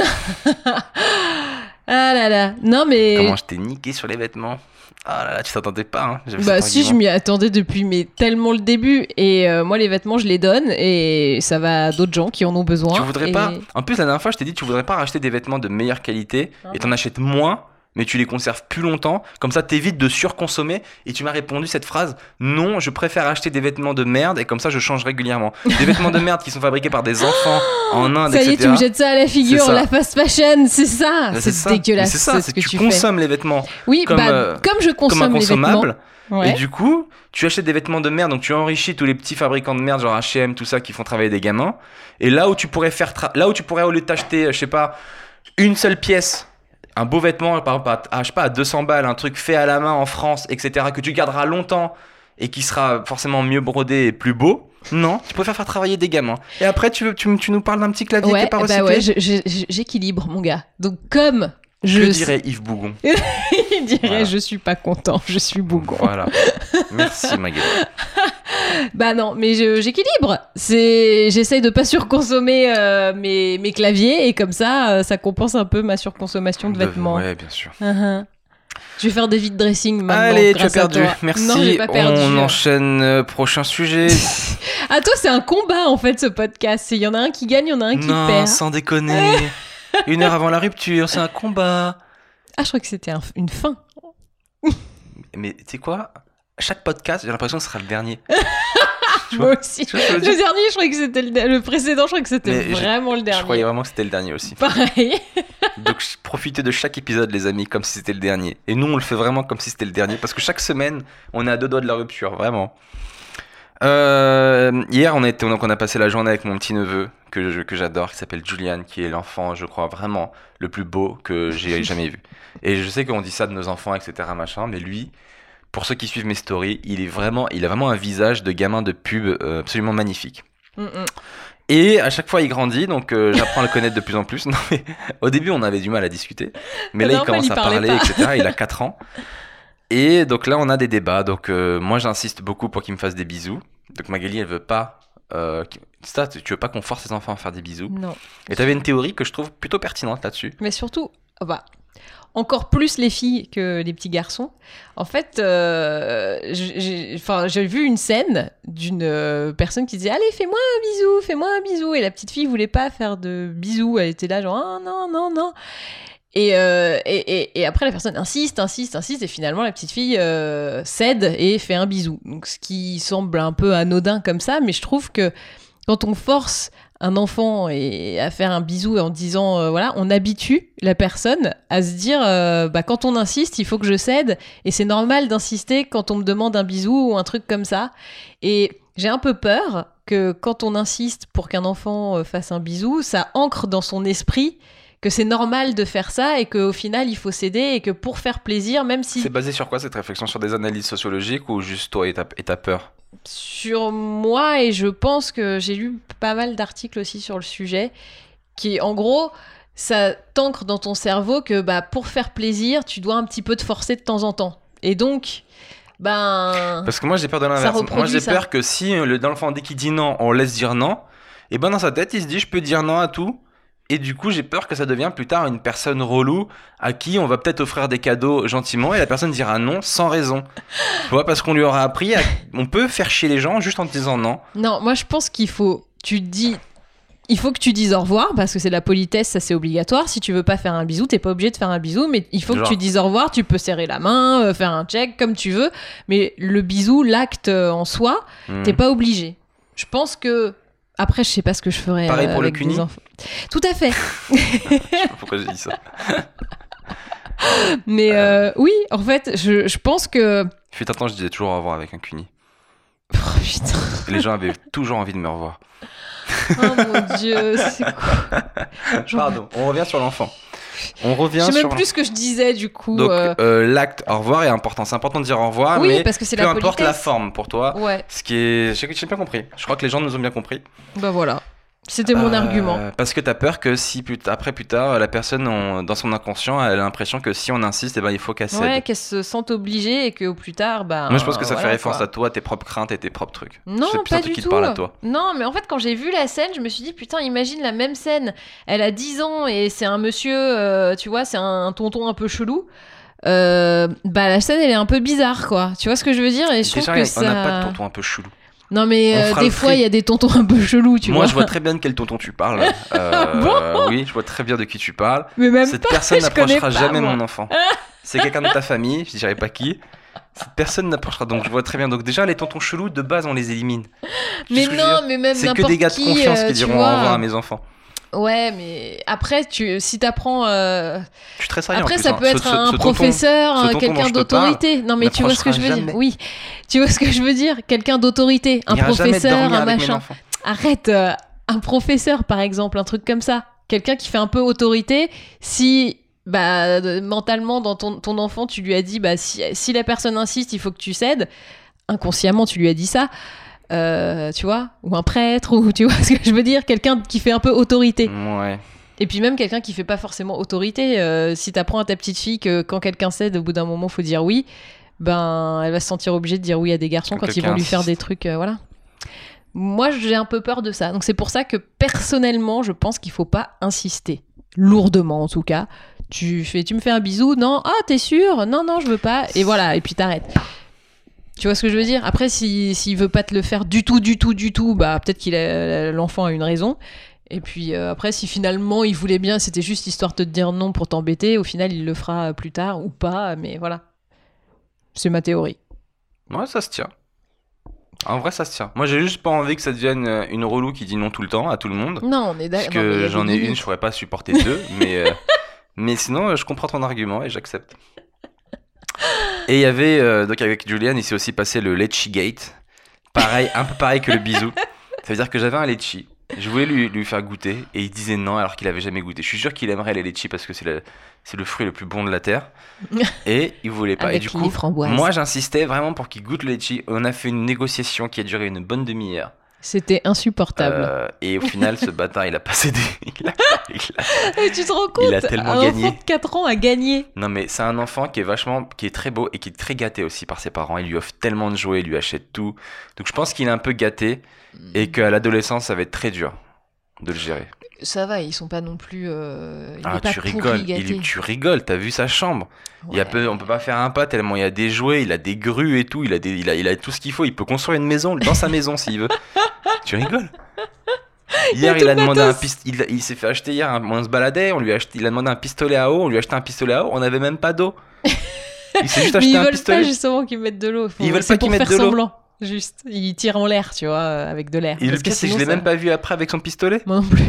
[SPEAKER 1] Ah là là. Non, mais.
[SPEAKER 2] Comment je t'ai niqué sur les vêtements. Ah là là, tu t'attendais pas. Hein. J'avais
[SPEAKER 1] Bah
[SPEAKER 2] cet
[SPEAKER 1] si, je
[SPEAKER 2] argument.
[SPEAKER 1] m'y attendais depuis mais tellement le début. Et moi, les vêtements, je les donne et ça va à d'autres gens qui en ont besoin.
[SPEAKER 2] Tu voudrais
[SPEAKER 1] et...
[SPEAKER 2] pas. En plus, la dernière fois, je t'ai dit, tu voudrais pas racheter des vêtements de meilleure qualité et t'en achètes moins, mais tu les conserves plus longtemps. Comme ça, t'évites de surconsommer. Et tu m'as répondu cette phrase: non, je préfère acheter des vêtements de merde et comme ça, je change régulièrement. Des vêtements de merde qui sont fabriqués par des enfants en Inde,
[SPEAKER 1] Ça y est,
[SPEAKER 2] etc.
[SPEAKER 1] tu me jettes ça à la figure,
[SPEAKER 2] C'est ça.
[SPEAKER 1] la fast fashion, c'est ça.
[SPEAKER 2] Bah,
[SPEAKER 1] C'est
[SPEAKER 2] ça.
[SPEAKER 1] dégueulasse.
[SPEAKER 2] Mais c'est ça,
[SPEAKER 1] ce
[SPEAKER 2] c'est
[SPEAKER 1] que
[SPEAKER 2] que tu
[SPEAKER 1] tu fais.
[SPEAKER 2] consommes les vêtements
[SPEAKER 1] Oui,
[SPEAKER 2] comme,
[SPEAKER 1] comme je
[SPEAKER 2] comme un
[SPEAKER 1] consomme les vêtements.
[SPEAKER 2] consommable.
[SPEAKER 1] Ouais.
[SPEAKER 2] Et du coup, tu achètes des vêtements de merde, donc tu enrichis tous les petits fabricants de merde, genre H&M, tout ça, qui font travailler des gamins. Et là où tu pourrais là où tu pourrais, au lieu de t'acheter, je sais pas, une seule pièce, un beau vêtement, par exemple, je sais pas, à 200 balles, un truc fait à la main en France, etc., que tu garderas longtemps et qui sera forcément mieux brodé et plus beau. Non, tu préfères faire travailler des gamins. Et après, tu nous parles d'un petit clavier qui
[SPEAKER 1] Ouais,
[SPEAKER 2] est pas recyclé.
[SPEAKER 1] bah ouais, j'équilibre, mon gars. Donc comme je
[SPEAKER 2] Que dirait Yves Bougon?
[SPEAKER 1] il dirait
[SPEAKER 2] Voilà.
[SPEAKER 1] je suis pas content, je suis bougon.
[SPEAKER 2] Voilà. Merci Magali.
[SPEAKER 1] Bah non, mais j'équilibre. J'essaye de pas surconsommer mes claviers et comme ça, ça compense un peu ma surconsommation de vêtements.
[SPEAKER 2] Ouais, bien sûr.
[SPEAKER 1] Uh-huh. Je vais faire des vide dressing maintenant.
[SPEAKER 2] Allez, tu as
[SPEAKER 1] grâce à
[SPEAKER 2] perdu.
[SPEAKER 1] toi.
[SPEAKER 2] Merci.
[SPEAKER 1] Non, j'ai pas perdu.
[SPEAKER 2] On enchaîne. Prochain sujet.
[SPEAKER 1] Ah, toi, c'est un combat en fait ce podcast. Il y en a un qui gagne, il y en a un qui
[SPEAKER 2] Non,
[SPEAKER 1] perd.
[SPEAKER 2] sans déconner. 1 heure avant la rupture, c'est un combat.
[SPEAKER 1] Ah, je crois que c'était une fin.
[SPEAKER 2] Mais tu sais quoi? Chaque podcast, j'ai l'impression que ce sera le dernier. Tu
[SPEAKER 1] Moi
[SPEAKER 2] vois
[SPEAKER 1] aussi.
[SPEAKER 2] Tu vois ce que je veux
[SPEAKER 1] Le
[SPEAKER 2] dire
[SPEAKER 1] dernier, je croyais que c'était le précédent, je croyais que c'était
[SPEAKER 2] Mais
[SPEAKER 1] vraiment le
[SPEAKER 2] Je
[SPEAKER 1] dernier.
[SPEAKER 2] croyais vraiment que c'était le dernier aussi.
[SPEAKER 1] Pareil.
[SPEAKER 2] Donc profitez de chaque épisode, les amis, comme si c'était le dernier. Et nous, on le fait vraiment comme si c'était le dernier, parce que chaque semaine, on est à 2 doigts de la rupture, vraiment. Hier, on a passé la journée avec mon petit neveu que j'adore, qui s'appelle Julian, qui est l'enfant, je crois, vraiment le plus beau que j'ai jamais vu. Et je sais qu'on dit ça de nos enfants, etc., machin, mais lui, pour ceux qui suivent mes stories, il a vraiment un visage de gamin de pub absolument magnifique. Et à chaque fois, il grandit, donc j'apprends à le connaître de plus en plus. Non, mais, au début, on avait du mal à discuter, mais là, il commence à parler, etc. Il a 4 ans. Et donc là, on a des débats. Donc moi, j'insiste beaucoup pour qu'il me fasse des bisous. Donc Magali, elle veut pas. Tu veux pas qu'on force les enfants à faire des bisous.
[SPEAKER 1] Non.
[SPEAKER 2] Et t'avais une théorie que je trouve plutôt pertinente là-dessus.
[SPEAKER 1] Mais surtout, bah, encore plus les filles que les petits garçons. En fait, j'ai vu une scène d'une personne qui disait « Allez, fais-moi un bisou !» Et la petite fille voulait pas faire de bisous. Elle était là genre « Oh non, non, non !» Et après, la personne insiste, et finalement, la petite fille cède et fait un bisou. Donc, ce qui semble un peu anodin comme ça, mais je trouve que quand on force un enfant à faire un bisou en disant voilà, on habitue la personne à se dire quand on insiste, il faut que je cède, et c'est normal d'insister quand on me demande un bisou ou un truc comme ça. Et j'ai un peu peur que quand on insiste pour qu'un enfant fasse un bisou, ça ancre dans son esprit que c'est normal de faire ça et qu'au final il faut céder, et que pour faire plaisir, même si...
[SPEAKER 2] C'est basé sur quoi cette réflexion? Sur des analyses sociologiques ou juste toi et ta peur?
[SPEAKER 1] Sur moi, et je pense que j'ai lu pas mal d'articles aussi sur le sujet, qui en gros, ça t'ancre dans ton cerveau que pour faire plaisir, tu dois un petit peu te forcer de temps en temps. Et donc...
[SPEAKER 2] Parce que moi j'ai peur de l'inverse. Moi j'ai peur que si l'enfant, dès qu'il dit non, on laisse dire non, et dans sa tête il se dit je peux dire non à tout. Et du coup, j'ai peur que ça devienne plus tard une personne relou à qui on va peut-être offrir des cadeaux gentiment et la personne dira non sans raison. Tu vois, parce qu'on lui aura appris, on peut faire chier les gens juste en te disant non.
[SPEAKER 1] Non, moi je pense qu'il faut il faut que tu dises au revoir, parce que c'est de la politesse, ça c'est obligatoire. Si tu veux pas faire un bisou, t'es pas obligé de faire un bisou, mais il faut que tu dises au revoir. Tu peux serrer la main, faire un check, comme tu veux. Mais le bisou, l'acte en soi, t'es pas obligé. Je pense que... Après, je sais pas ce que je ferais
[SPEAKER 2] pareil pour
[SPEAKER 1] avec
[SPEAKER 2] le cuni.
[SPEAKER 1] des enfants. Tout à fait.
[SPEAKER 2] Je sais pas pourquoi j'ai dit ça.
[SPEAKER 1] Mais oui, en fait, je pense que...
[SPEAKER 2] Il fut un temps, je disais toujours au revoir avec un cuni.
[SPEAKER 1] Oh putain.
[SPEAKER 2] Et les gens avaient toujours envie de me revoir.
[SPEAKER 1] Oh mon Dieu, c'est quoi?
[SPEAKER 2] Pardon, on revient sur l'enfant. Je
[SPEAKER 1] sais même plus ce que je disais du coup.
[SPEAKER 2] Donc l'acte au revoir est important. C'est important de dire au revoir,
[SPEAKER 1] oui,
[SPEAKER 2] mais
[SPEAKER 1] parce que c'est
[SPEAKER 2] peu
[SPEAKER 1] la
[SPEAKER 2] importe
[SPEAKER 1] politesse.
[SPEAKER 2] la forme pour toi.
[SPEAKER 1] Ouais.
[SPEAKER 2] Ce qui est, j'ai pas compris. Je crois que les gens nous ont bien compris.
[SPEAKER 1] Voilà. C'était mon argument.
[SPEAKER 2] Parce que t'as peur que si plus tard, la personne dans son inconscient, elle a l'impression que si on insiste, il faut qu'elle cède.
[SPEAKER 1] Ouais, qu'elle se sente obligée et qu'au plus tard,
[SPEAKER 2] Moi, je pense que ça fait référence à toi, tes propres craintes et tes propres trucs.
[SPEAKER 1] Non,
[SPEAKER 2] c'est plus
[SPEAKER 1] pas
[SPEAKER 2] un truc
[SPEAKER 1] du
[SPEAKER 2] qui
[SPEAKER 1] tout.
[SPEAKER 2] te parle à toi.
[SPEAKER 1] Non, mais en fait, quand j'ai vu la scène, je me suis dit, putain, imagine la même scène. Elle a 10 ans et c'est un monsieur, tu vois, c'est un tonton un peu chelou. La scène, elle est un peu bizarre, quoi. Tu vois ce que je veux dire? Et je trouve que ça...
[SPEAKER 2] On n'a pas de tonton un peu chelou.
[SPEAKER 1] Non mais des fois il y a des tontons un peu chelous, tu vois.
[SPEAKER 2] Moi je vois très bien de quel tonton tu parles. Oui, je vois très bien de qui tu parles.
[SPEAKER 1] Mais même
[SPEAKER 2] cette
[SPEAKER 1] pas,
[SPEAKER 2] personne n'approchera jamais
[SPEAKER 1] moi.
[SPEAKER 2] mon enfant. C'est quelqu'un de ta famille, je dirais pas qui. Cette personne n'approchera, donc je vois très bien. Donc déjà les tontons chelous de base on les élimine.
[SPEAKER 1] Mais non, mais même
[SPEAKER 2] c'est
[SPEAKER 1] n'importe
[SPEAKER 2] que des gars de confiance qui diront au revoir à mes enfants.
[SPEAKER 1] Ouais, mais après, si t'apprends...
[SPEAKER 2] Je suis très sérieux.
[SPEAKER 1] Après,
[SPEAKER 2] en plus,
[SPEAKER 1] ça peut être un professeur, quelqu'un d'autorité. Non, mais tu vois ce que je veux dire. Oui, tu vois ce que je veux dire. Quelqu'un d'autorité, un professeur, un machin. Arrête, un professeur, par exemple, un truc comme ça. Quelqu'un qui fait un peu autorité. Si, mentalement, dans ton enfant, tu lui as dit, si la personne insiste, il faut que tu cèdes. Inconsciemment, tu lui as dit ça. Tu vois, ou un prêtre, ou tu vois ce que je veux dire, quelqu'un qui fait un peu autorité.
[SPEAKER 2] Ouais.
[SPEAKER 1] Et puis même quelqu'un qui fait pas forcément autorité, si t'apprends à ta petite fille que quand quelqu'un cède, au bout d'un moment, faut dire oui, elle va se sentir obligée de dire oui à des garçons quand ils vont lui faire des trucs, voilà. Moi, j'ai un peu peur de ça. Donc c'est pour ça que personnellement, je pense qu'il faut pas insister, lourdement en tout cas. Tu me fais un bisou, non, ah t'es sûr, non, je veux pas, et voilà, et puis t'arrêtes. Tu vois ce que je veux dire? Après, s'il veut pas te le faire du tout, peut-être l'enfant a une raison. Et puis après, si finalement il voulait bien, c'était juste histoire de te dire non pour t'embêter, au final il le fera plus tard ou pas, mais voilà. C'est ma théorie.
[SPEAKER 2] Ouais, ça se tient. En vrai, ça se tient. Moi, j'ai juste pas envie que ça devienne une relou qui dit non tout le temps à tout le monde.
[SPEAKER 1] Non, on est d'accord.
[SPEAKER 2] Parce que j'en ai une, je pourrais pas supporter deux, mais sinon, je comprends ton argument et j'accepte. Et il y avait, donc avec Julian, il s'est aussi passé le Litchi Gate. Pareil, un peu pareil que le bisou. Ça veut dire que j'avais un litchi. Je voulais lui faire goûter et il disait non alors qu'il avait jamais goûté. Je suis sûr qu'il aimerait les litchis parce que c'est le fruit le plus bon de la terre. Et il voulait pas.
[SPEAKER 1] Avec
[SPEAKER 2] et du coup,
[SPEAKER 1] framboises.
[SPEAKER 2] moi j'insistais vraiment pour qu'il goûte le litchi. On a fait une négociation qui a duré une bonne demi-heure.
[SPEAKER 1] C'était insupportable.
[SPEAKER 2] Et au final, ce bâtard, il a pas cédé.
[SPEAKER 1] Et tu te rends compte,
[SPEAKER 2] il a tellement
[SPEAKER 1] un
[SPEAKER 2] gagné.
[SPEAKER 1] enfant de 4 ans a gagné.
[SPEAKER 2] Non, mais c'est un enfant qui est très beau et qui est très gâté aussi par ses parents. Il lui offre tellement de jouets, il lui achète tout. Donc je pense qu'il est un peu gâté et qu'à l'adolescence, ça va être très dur de le gérer.
[SPEAKER 1] ça va, ils sont pas non plus. Il
[SPEAKER 2] Ah,
[SPEAKER 1] est pas
[SPEAKER 2] tu
[SPEAKER 1] pourri
[SPEAKER 2] rigoles,
[SPEAKER 1] gâté.
[SPEAKER 2] tu rigoles, t'as vu sa chambre?
[SPEAKER 1] Ouais.
[SPEAKER 2] On peut pas faire un pas tellement il y a des jouets, il a des grues et tout, il a tout ce qu'il faut, il peut construire une maison dans sa maison s'il veut. Tu rigoles? Hier,
[SPEAKER 1] tout
[SPEAKER 2] il a
[SPEAKER 1] le
[SPEAKER 2] demandé
[SPEAKER 1] matos.
[SPEAKER 2] il s'est fait acheter hier, on se baladait, il a demandé un pistolet à eau, on lui a acheté un pistolet à eau, on n'avait même pas d'eau. Il s'est juste
[SPEAKER 1] Mais
[SPEAKER 2] acheté
[SPEAKER 1] ils
[SPEAKER 2] un
[SPEAKER 1] veulent
[SPEAKER 2] pistolet.
[SPEAKER 1] pas justement qu'ils mettent de l'eau.
[SPEAKER 2] Ils veulent
[SPEAKER 1] c'est
[SPEAKER 2] pas
[SPEAKER 1] pour
[SPEAKER 2] qu'ils mettent
[SPEAKER 1] faire
[SPEAKER 2] de l'eau.
[SPEAKER 1] semblant. Juste, ils tirent en l'air, tu vois, avec de l'air.
[SPEAKER 2] Et le
[SPEAKER 1] Parce que
[SPEAKER 2] pire, c'est que je
[SPEAKER 1] sinon,
[SPEAKER 2] l'ai
[SPEAKER 1] ça-
[SPEAKER 2] même pas vu après avec son pistolet.
[SPEAKER 1] Moi non plus.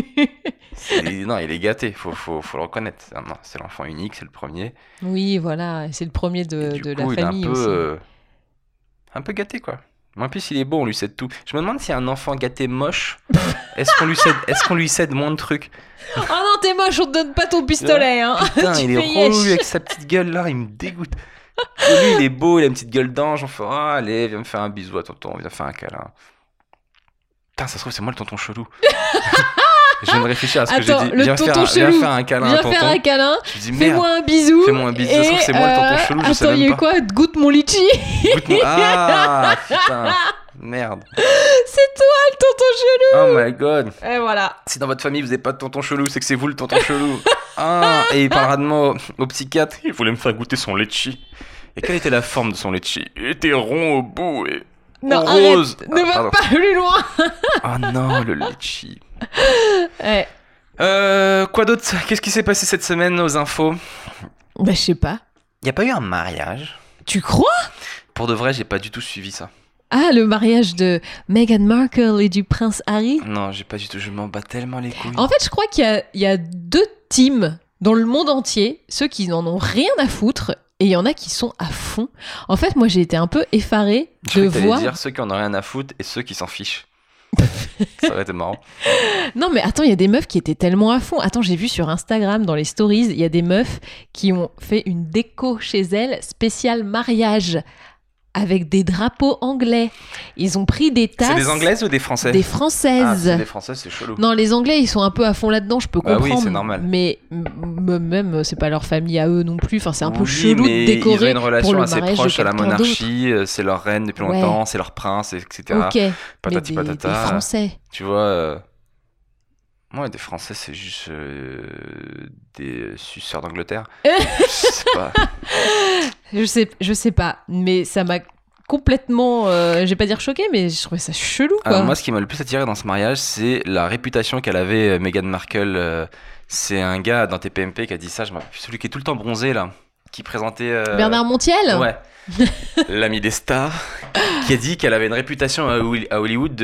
[SPEAKER 2] Non, il est gâté, faut le reconnaître. Non, c'est l'enfant unique, c'est le premier.
[SPEAKER 1] Oui, voilà, c'est le premier
[SPEAKER 2] Et
[SPEAKER 1] de
[SPEAKER 2] du
[SPEAKER 1] la
[SPEAKER 2] coup, il est
[SPEAKER 1] famille aussi.
[SPEAKER 2] un peu gâté, quoi. Mais en plus, il est beau, on lui cède tout. Je me demande si un enfant gâté moche, est-ce qu'on lui cède moins de trucs?
[SPEAKER 1] Oh non, t'es moche, on te donne pas ton pistolet, hein.
[SPEAKER 2] Putain,
[SPEAKER 1] Tu
[SPEAKER 2] il est
[SPEAKER 1] fais yesh.
[SPEAKER 2] relou avec sa petite gueule là, il me dégoûte. Et lui, il est beau, il a une petite gueule d'ange. On fait, ah, allez, viens me faire un bisou à tonton, viens faire un câlin. Putain, ça se trouve, c'est moi le tonton chelou. Je viens de réfléchir à ce que j'ai
[SPEAKER 1] Attends,
[SPEAKER 2] dit.
[SPEAKER 1] le
[SPEAKER 2] Viens
[SPEAKER 1] tonton
[SPEAKER 2] viens
[SPEAKER 1] chelou.
[SPEAKER 2] faire un câlin à
[SPEAKER 1] Viens
[SPEAKER 2] tonton.
[SPEAKER 1] faire un câlin.
[SPEAKER 2] Je dis merde.
[SPEAKER 1] Fais-moi un bisou.
[SPEAKER 2] Fais-moi un bisou. Ça se trouve, c'est moi le tonton chelou, je sais
[SPEAKER 1] Attends, il y
[SPEAKER 2] même
[SPEAKER 1] a
[SPEAKER 2] pas.
[SPEAKER 1] quoi? Goûte mon litchi.
[SPEAKER 2] Ah, putain. Merde.
[SPEAKER 1] C'est toi le tonton
[SPEAKER 2] Oh my god.
[SPEAKER 1] chelou. Et voilà.
[SPEAKER 2] Si dans votre famille vous n'avez pas de tonton chelou, c'est que c'est vous le tonton chelou. Ah, et il parlera de moi au psychiatre. Il voulait me faire goûter son litchi. Et quelle était la forme de son litchi? Il était rond au bout et
[SPEAKER 1] Non,
[SPEAKER 2] rose.
[SPEAKER 1] arrête. Ne va
[SPEAKER 2] pardon.
[SPEAKER 1] pas plus loin.
[SPEAKER 2] Oh non, le litchi.
[SPEAKER 1] Ouais.
[SPEAKER 2] Quoi d'autre? Qu'est-ce qui s'est passé cette semaine aux infos?
[SPEAKER 1] Bah, je sais pas.
[SPEAKER 2] Il n'y a pas eu un mariage?
[SPEAKER 1] Tu crois?
[SPEAKER 2] Pour de vrai, j'ai pas du tout suivi ça.
[SPEAKER 1] Ah, le mariage de Meghan Markle et du prince Harry.
[SPEAKER 2] Non, j'ai pas du tout. Je m'en bats tellement les couilles.
[SPEAKER 1] En fait, je crois il y a deux teams dans le monde entier, ceux qui n'en ont rien à foutre, et il y en a qui sont à fond. En fait, moi, j'ai été un peu effarée
[SPEAKER 2] Je croyais
[SPEAKER 1] de
[SPEAKER 2] que t'allais
[SPEAKER 1] voir...
[SPEAKER 2] dire ceux qui en ont rien à foutre et ceux qui s'en fichent. Ça aurait été marrant.
[SPEAKER 1] Non, mais attends, il y a des meufs qui étaient tellement à fond. Attends, j'ai vu sur Instagram, dans les stories, il y a des meufs qui ont fait une déco chez elles spéciale mariage avec des drapeaux anglais. Ils ont pris des tasses...
[SPEAKER 2] C'est des Anglaises ou des Français?
[SPEAKER 1] Des
[SPEAKER 2] Ah,
[SPEAKER 1] Françaises.
[SPEAKER 2] c'est des Françaises, c'est chelou.
[SPEAKER 1] Non, les Anglais, ils sont un peu à fond là-dedans, je peux
[SPEAKER 2] Bah oui,
[SPEAKER 1] comprendre.
[SPEAKER 2] c'est normal.
[SPEAKER 1] Mais même, c'est pas leur famille à eux non plus. Enfin, c'est un peu
[SPEAKER 2] Oui,
[SPEAKER 1] chelou
[SPEAKER 2] mais
[SPEAKER 1] de décorer
[SPEAKER 2] ils ont une
[SPEAKER 1] pour
[SPEAKER 2] relation
[SPEAKER 1] le
[SPEAKER 2] assez
[SPEAKER 1] mariage
[SPEAKER 2] proche
[SPEAKER 1] de
[SPEAKER 2] à la
[SPEAKER 1] quelqu'un
[SPEAKER 2] monarchie, c'est leur reine depuis
[SPEAKER 1] Ouais.
[SPEAKER 2] longtemps, c'est leur prince, etc.
[SPEAKER 1] Ok, mais
[SPEAKER 2] Patati
[SPEAKER 1] des
[SPEAKER 2] patata.
[SPEAKER 1] Français.
[SPEAKER 2] Tu vois, moi, des Français, c'est juste des suceurs d'Angleterre. Je sais pas.
[SPEAKER 1] Je sais pas, mais ça m'a complètement, je vais pas dire choqué, mais je trouvais ça chelou, quoi.
[SPEAKER 2] Alors, moi, ce qui m'a le plus attiré dans ce mariage, c'est la réputation qu'elle avait, Meghan Markle. C'est un gars dans TPMP qui a dit ça, je m'en rappelle plus, celui qui est tout le temps bronzé, là, qui présentait...
[SPEAKER 1] Bernard Montiel.
[SPEAKER 2] Ouais. L'ami des stars, qui a dit qu'elle avait une réputation à Hollywood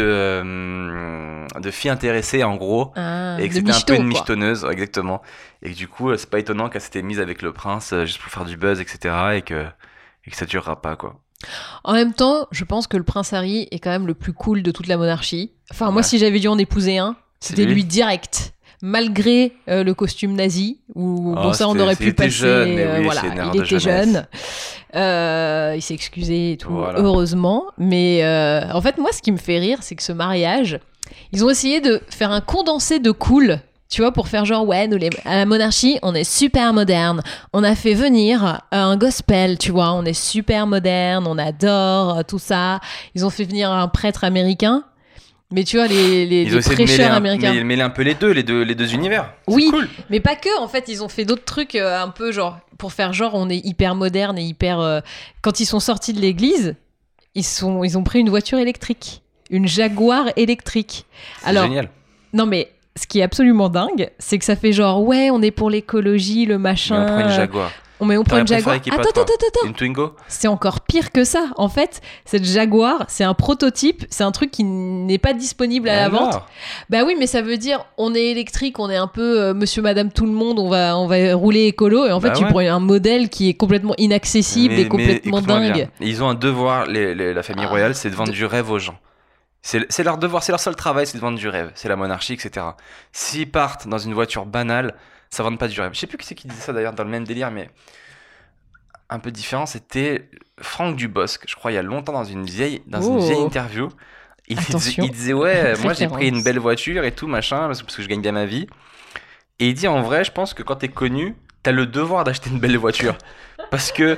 [SPEAKER 2] de fille intéressée, en gros.
[SPEAKER 1] Ah,
[SPEAKER 2] Et que
[SPEAKER 1] de
[SPEAKER 2] c'était un peu une
[SPEAKER 1] michto, quoi.
[SPEAKER 2] michetonneuse, exactement. Et que du coup, c'est pas étonnant qu'elle s'était mise avec le prince juste pour faire du buzz, etc. Et que ça durera pas, quoi.
[SPEAKER 1] En même temps, je pense que le prince Harry est quand même le plus cool de toute la monarchie. Enfin, moi,
[SPEAKER 2] Ouais.
[SPEAKER 1] si j'avais dû en épouser un,
[SPEAKER 2] C'est
[SPEAKER 1] c'était
[SPEAKER 2] lui.
[SPEAKER 1] lui direct. Malgré le costume nazi, où
[SPEAKER 2] Oh,
[SPEAKER 1] bon, ça on
[SPEAKER 2] c'était-
[SPEAKER 1] aurait
[SPEAKER 2] il
[SPEAKER 1] pu
[SPEAKER 2] était
[SPEAKER 1] passer.
[SPEAKER 2] jeune, mais oui,
[SPEAKER 1] voilà,
[SPEAKER 2] c'est une erreur
[SPEAKER 1] il
[SPEAKER 2] de
[SPEAKER 1] était
[SPEAKER 2] jeunesse.
[SPEAKER 1] jeune. Il s'est excusé et tout,
[SPEAKER 2] Voilà.
[SPEAKER 1] heureusement. Mais en fait, moi, ce qui me fait rire, c'est que ce mariage, ils ont essayé de faire un condensé de cool. Tu vois, pour faire genre, ouais, nous, à la monarchie, on est super moderne. On a fait venir un gospel, tu vois, on est super moderne, on adore tout ça. Ils ont fait venir un prêtre américain. Mais tu vois, les
[SPEAKER 2] Ils ont essayé de
[SPEAKER 1] prêcheurs américains.
[SPEAKER 2] mêler un peu les deux univers. C'est
[SPEAKER 1] Oui.
[SPEAKER 2] cool.
[SPEAKER 1] Mais pas que, en fait, ils ont fait d'autres trucs un peu genre, pour faire genre, on est hyper moderne et hyper... Quand ils sont sortis de l'église, ils ont pris une voiture électrique. Une Jaguar électrique.
[SPEAKER 2] C'est
[SPEAKER 1] Alors,
[SPEAKER 2] génial.
[SPEAKER 1] non mais, ce qui est absolument dingue, c'est que ça fait genre, ouais, on est pour l'écologie, le
[SPEAKER 2] Mais
[SPEAKER 1] machin...
[SPEAKER 2] on prend une Jaguar.
[SPEAKER 1] On prend
[SPEAKER 2] T'aurais
[SPEAKER 1] une
[SPEAKER 2] préféré
[SPEAKER 1] Jaguar.
[SPEAKER 2] qu'il y ait pas
[SPEAKER 1] Attends,
[SPEAKER 2] toi
[SPEAKER 1] attends.
[SPEAKER 2] Une Twingo?
[SPEAKER 1] C'est encore pire que ça. En fait, cette Jaguar, c'est un prototype, c'est un truc qui n'est pas disponible à la
[SPEAKER 2] Alors,
[SPEAKER 1] vente. Bah oui, mais ça veut dire on est électrique, on est un peu monsieur, madame, tout le monde, on va rouler écolo. Et en fait,
[SPEAKER 2] Bah
[SPEAKER 1] tu
[SPEAKER 2] ouais.
[SPEAKER 1] prends un modèle qui est complètement inaccessible et complètement
[SPEAKER 2] écoute-moi bien.
[SPEAKER 1] dingue.
[SPEAKER 2] Ils ont un devoir, la famille
[SPEAKER 1] Ah,
[SPEAKER 2] royale, c'est de vendre du rêve aux gens. C'est leur devoir, c'est leur seul travail, c'est de vendre du rêve. C'est la monarchie, etc. S'ils partent dans une voiture banale, ça vend pas du rêve. Je sais plus qui c'est qui disait ça d'ailleurs dans le même délire, mais un peu différent. C'était Franck Dubosc, je crois, il y a longtemps dans une vieille interview.
[SPEAKER 1] Attention.
[SPEAKER 2] Il disait ouais, moi j'ai
[SPEAKER 1] Référence.
[SPEAKER 2] pris une belle voiture et tout machin parce que je gagne bien ma vie. Et il dit en vrai, je pense que quand t'es connu, t'as le devoir d'acheter une belle voiture parce que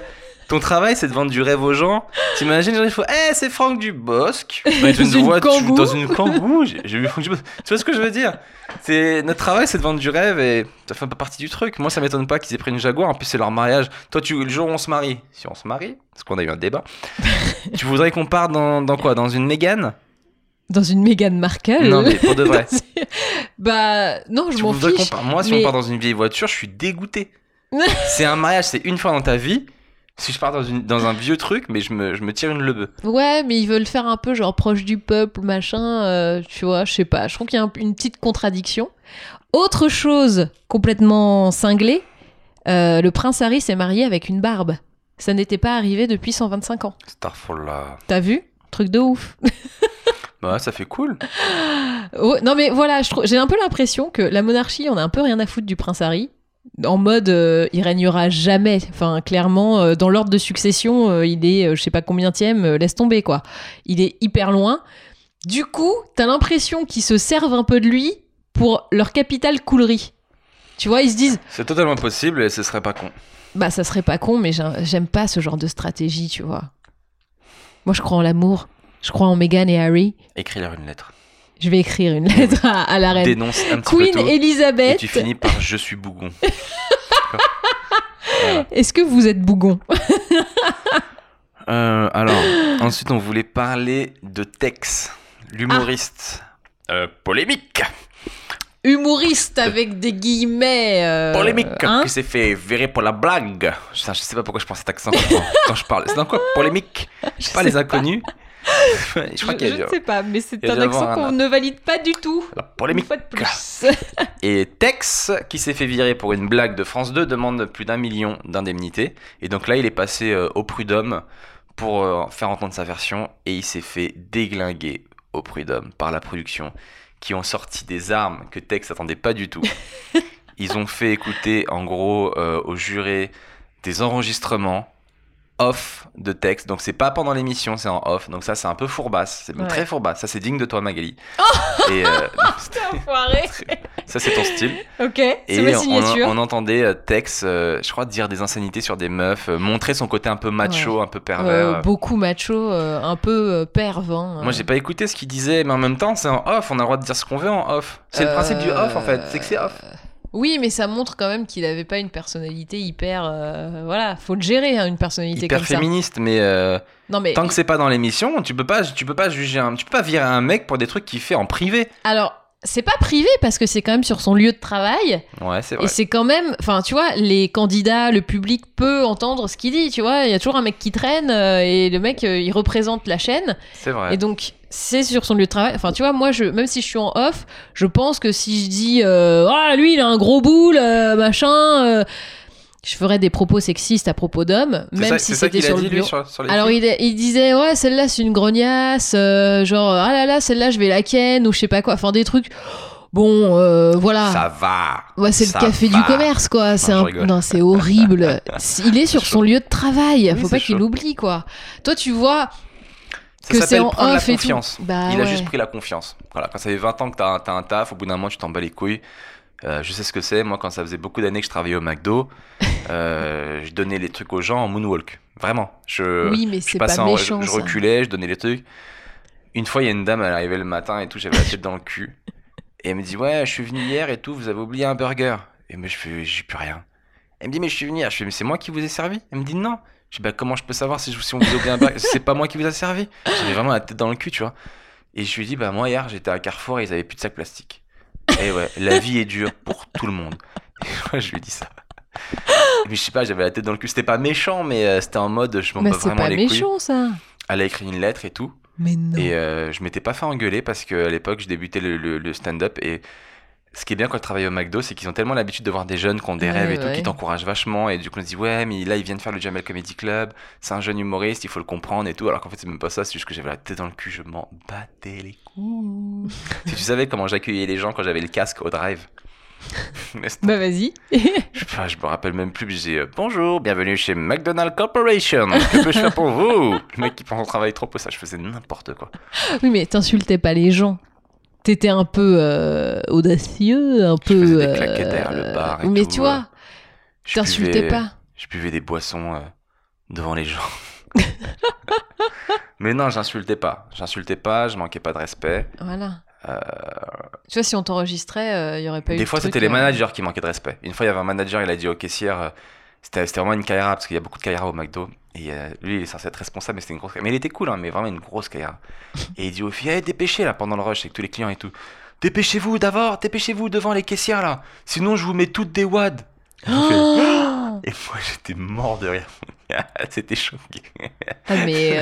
[SPEAKER 2] Ton travail, c'est de vendre du rêve aux gens. T'imagines, genre, il faut, c'est Franck Dubosc. On est dans une Kangoo. J'ai vu Franck Dubosc. Tu vois ce que je veux dire? Notre travail, c'est de vendre du rêve et ça fait pas partie du truc. Moi, ça m'étonne pas qu'ils aient pris une Jaguar. En plus, c'est leur mariage. Toi, le jour où on se marie, si on se marie, parce qu'on a eu un débat, tu voudrais qu'on parte dans quoi? Dans une Mégane?
[SPEAKER 1] Dans une Meghan Markle?
[SPEAKER 2] Non, mais pour de vrai.
[SPEAKER 1] Non, je m'en fiche.
[SPEAKER 2] Moi, si on part dans une vieille voiture, je suis dégoûté. C'est un mariage, c'est une fois dans ta vie. Si je pars dans un vieux truc, mais je me tire une lebeu.
[SPEAKER 1] Ouais, mais ils veulent faire un peu genre proche du peuple, machin, tu vois, je sais pas. Je trouve qu'il y a une petite contradiction. Autre chose complètement cinglée, le prince Harry s'est marié avec une barbe. Ça n'était pas arrivé depuis 125 ans.
[SPEAKER 2] Starfall.
[SPEAKER 1] T'as vu? Truc de ouf.
[SPEAKER 2] Bah, ça fait cool.
[SPEAKER 1] Oh, non, mais voilà, j'ai un peu l'impression que la monarchie, on a un peu rien à foutre du prince Harry. En mode, il régnera jamais. Enfin, clairement, dans l'ordre de succession, il est, je sais pas combienième, laisse tomber, quoi. Il est hyper loin. Du coup, t'as l'impression qu'ils se servent un peu de lui pour leur capital coulerie. Tu vois, ils se disent...
[SPEAKER 2] C'est totalement possible et ce serait pas con.
[SPEAKER 1] Bah, ça serait pas con, mais j'aime pas ce genre de stratégie, tu vois. Moi, je crois en l'amour. Je crois en Meghan et Harry.
[SPEAKER 2] Écris-leur une lettre.
[SPEAKER 1] Je vais écrire une lettre à la reine.
[SPEAKER 2] Dénonce un petit
[SPEAKER 1] Queen
[SPEAKER 2] peu tout,
[SPEAKER 1] Elizabeth.
[SPEAKER 2] et tu finis par je suis bougon. Voilà.
[SPEAKER 1] Est-ce que vous êtes bougon?
[SPEAKER 2] Alors, ensuite, on voulait parler de Tex, l'humoriste. Polémique.
[SPEAKER 1] Humoriste avec des guillemets.
[SPEAKER 2] Polémique,
[SPEAKER 1] hein,
[SPEAKER 2] qui s'est fait virer pour la blague. Je sais pas pourquoi je prends cet accent quand je parle. C'est dans quoi? Polémique? Je sais pas, les inconnus.
[SPEAKER 1] Je ne sais pas, mais c'est un accent qu'on ne valide pas du tout.
[SPEAKER 2] La polémique.
[SPEAKER 1] Une fois de plus.
[SPEAKER 2] Et Tex, qui s'est fait virer pour une blague de France 2, demande plus d'1 million d'indemnités. Et donc là, il est passé au prud'homme pour faire entendre sa version. Et il s'est fait déglinguer au prud'homme par la production, qui ont sorti des armes que Tex n'attendait pas du tout. Ils ont fait écouter, en gros, aux jurés des enregistrements off de Tex. Donc c'est pas pendant l'émission, c'est en off. Donc ça, c'est un peu fourbasse. C'est très fourbasse. Ça, c'est digne de toi, Magali. Et
[SPEAKER 1] Putain, enfoiré.
[SPEAKER 2] Ça, c'est ton style.
[SPEAKER 1] Ok, c'est ma signature.
[SPEAKER 2] On entendait Tex, je crois, dire des insanités sur des meufs, montrer son côté un peu macho, un peu pervers.
[SPEAKER 1] Beaucoup macho, un peu perv. Hein.
[SPEAKER 2] Moi, j'ai pas écouté ce qu'il disait, mais en même temps, c'est en off. On a le droit de dire ce qu'on veut en off. C'est le principe du off, en fait. C'est que c'est off.
[SPEAKER 1] Oui, mais ça montre quand même qu'il avait pas une personnalité hyper... voilà, faut le gérer, hein, une personnalité
[SPEAKER 2] hyper
[SPEAKER 1] comme ça.
[SPEAKER 2] Hyper féministe, mais, non, mais tant que c'est pas dans l'émission, tu peux pas juger tu peux pas virer un mec pour des trucs qu'il fait en privé.
[SPEAKER 1] Alors, c'est pas privé parce que c'est quand même sur son lieu de travail.
[SPEAKER 2] Ouais, c'est vrai.
[SPEAKER 1] Et c'est quand même... Enfin, tu vois, les candidats, le public peut entendre ce qu'il dit, tu vois. Il y a toujours un mec qui traîne et le mec, il représente la chaîne.
[SPEAKER 2] C'est vrai.
[SPEAKER 1] Et donc... c'est sur son lieu de travail. Enfin, tu vois, moi, même si je suis en off, je pense que si je dis lui, il a un gros boule, machin, je ferais des propos sexistes à propos d'hommes, même si c'était sur le bureau. Sur les Alors, il disait, ouais, celle-là, c'est une grognasse, genre, ah là là, celle-là, je vais la ken, ou je sais pas quoi. Enfin, des trucs. Bon, voilà.
[SPEAKER 2] Ça va.
[SPEAKER 1] Ouais, c'est le café du commerce, quoi. Non, c'est horrible. Il est sur son lieu de travail. Faut pas qu'il l'oublie, quoi. Toi, tu vois.
[SPEAKER 2] Ça s'appelle prendre la confiance.
[SPEAKER 1] Bah,
[SPEAKER 2] il a juste pris la confiance. Voilà, quand ça fait 20 ans que t'as un taf, au bout d'un mois, tu t'en bats les couilles. Je sais ce que c'est. Moi, quand ça faisait beaucoup d'années que je travaillais au McDo, je donnais les trucs aux gens en moonwalk. Vraiment.
[SPEAKER 1] Oui, mais c'est pas méchant,
[SPEAKER 2] je reculais, je donnais les trucs. Une fois, il y a une dame, elle arrivait le matin et tout, j'avais la tête dans le cul. Et elle me dit, ouais, je suis venu hier et tout, vous avez oublié un burger. Et moi, je fais, j'ai plus rien. Elle me dit, mais je suis venu hier. Je fais, mais c'est moi qui vous ai servi? Elle me dit, non. Je dis, bah, comment je peux savoir si on vous a oublié un burger? C'est pas moi qui vous a servi. J'avais vraiment la tête dans le cul, tu vois. Et je lui dis, bah, moi, hier, j'étais à Carrefour et ils avaient plus de sacs plastiques. Et ouais, la vie est dure pour tout le monde. Et moi, je lui dis ça. Mais je sais pas, j'avais la tête dans le cul. C'était pas méchant, mais c'était en mode, je m'en bats vraiment les couilles.
[SPEAKER 1] C'est pas méchant, ça.
[SPEAKER 2] Elle a écrit une lettre et tout.
[SPEAKER 1] Mais non.
[SPEAKER 2] Et je m'étais pas fait engueuler parce qu'à l'époque, je débutais le stand-up. Et ce qui est bien quand je travaille au McDo, c'est qu'ils ont tellement l'habitude de voir des jeunes qui ont des rêves et tout, qui t'encouragent vachement. Et du coup, on se dit, ouais, mais là, il vient de faire le Jamel Comedy Club. C'est un jeune humoriste, il faut le comprendre et tout. Alors qu'en fait, c'est même pas ça, c'est juste que j'avais la tête dans le cul, je m'en battais les couilles. Si tu savais comment j'accueillais les gens quand j'avais le casque au drive.
[SPEAKER 1] Bah, vas-y.
[SPEAKER 2] Je me rappelle même plus. Je disais, bonjour, bienvenue chez McDonald's Corporation. Que peux-je faire pour vous? Le mec qui prend son travail trop pour ça, je faisais n'importe quoi.
[SPEAKER 1] Oui, mais t'insultais pas les gens. T'étais un peu audacieux, un peu.
[SPEAKER 2] Je faisais des claquettes derrière le bar et
[SPEAKER 1] mais
[SPEAKER 2] tout,
[SPEAKER 1] tu vois, t'insultais pas.
[SPEAKER 2] Je buvais des boissons devant les gens. Mais non, j'insultais pas, je manquais pas de respect.
[SPEAKER 1] Voilà. Tu vois, si on t'enregistrait, il y aurait pas eu.
[SPEAKER 2] Des fois, c'était les managers qui manquaient de respect. Une fois, il y avait un manager, il a dit aux caissières, c'était vraiment une Kaira, parce qu'il y a beaucoup de Kaira au McDo. Et lui, il est censé être responsable, mais c'était une grosse Kaira. Mais il était cool, hein, mais vraiment une grosse Kaira. Et il dit aux filles, hey, dépêchez là, pendant le rush, avec tous les clients et tout. Dépêchez-vous devant les caissières là. Sinon, je vous mets toutes des wads. Et moi, j'étais mort de rire. C'était choqué.
[SPEAKER 1] Ah, mais.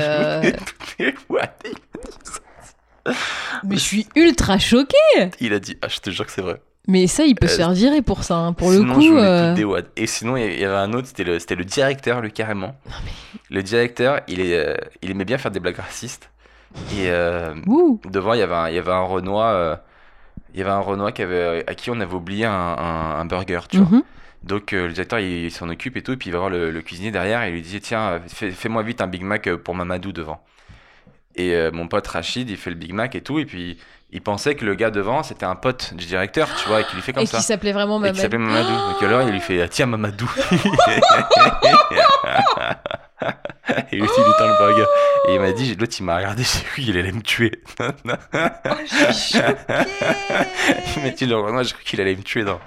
[SPEAKER 1] Mais je suis ultra choquée.
[SPEAKER 2] Il a dit, ah, je te jure que c'est vrai.
[SPEAKER 1] Mais ça, il peut se faire virer pour ça, hein. Pour
[SPEAKER 2] sinon,
[SPEAKER 1] le coup.
[SPEAKER 2] Je vous mets toutes des wads. Et sinon, il y avait un autre, c'était le directeur, lui, carrément.
[SPEAKER 1] Non, mais...
[SPEAKER 2] Le directeur, il aimait bien faire des blagues racistes. Et devant, il y avait un Renoir. Il y avait un Renoir à qui on avait oublié un burger, tu vois. Donc le directeur il s'en occupe et tout, et puis il va voir le cuisinier derrière et il lui dit tiens, fais-moi vite un Big Mac pour Mamadou devant. Et mon pote Rachid il fait le Big Mac et tout, et puis il pensait que le gars devant c'était un pote du directeur, tu vois, et qu'il lui fait comme ça.
[SPEAKER 1] Et qui s'appelait vraiment Mamadou.
[SPEAKER 2] Et qui s'appelait Mamadou. Donc alors il lui fait tiens Mamadou. Et lui il lui tend le burger. Et il m'a dit, l'autre il m'a regardé, j'ai cru qu'il allait me tuer.
[SPEAKER 1] Oh, je suis choquée.
[SPEAKER 2] Il m'a dit, moi j'ai cru qu'il allait me tuer. Non.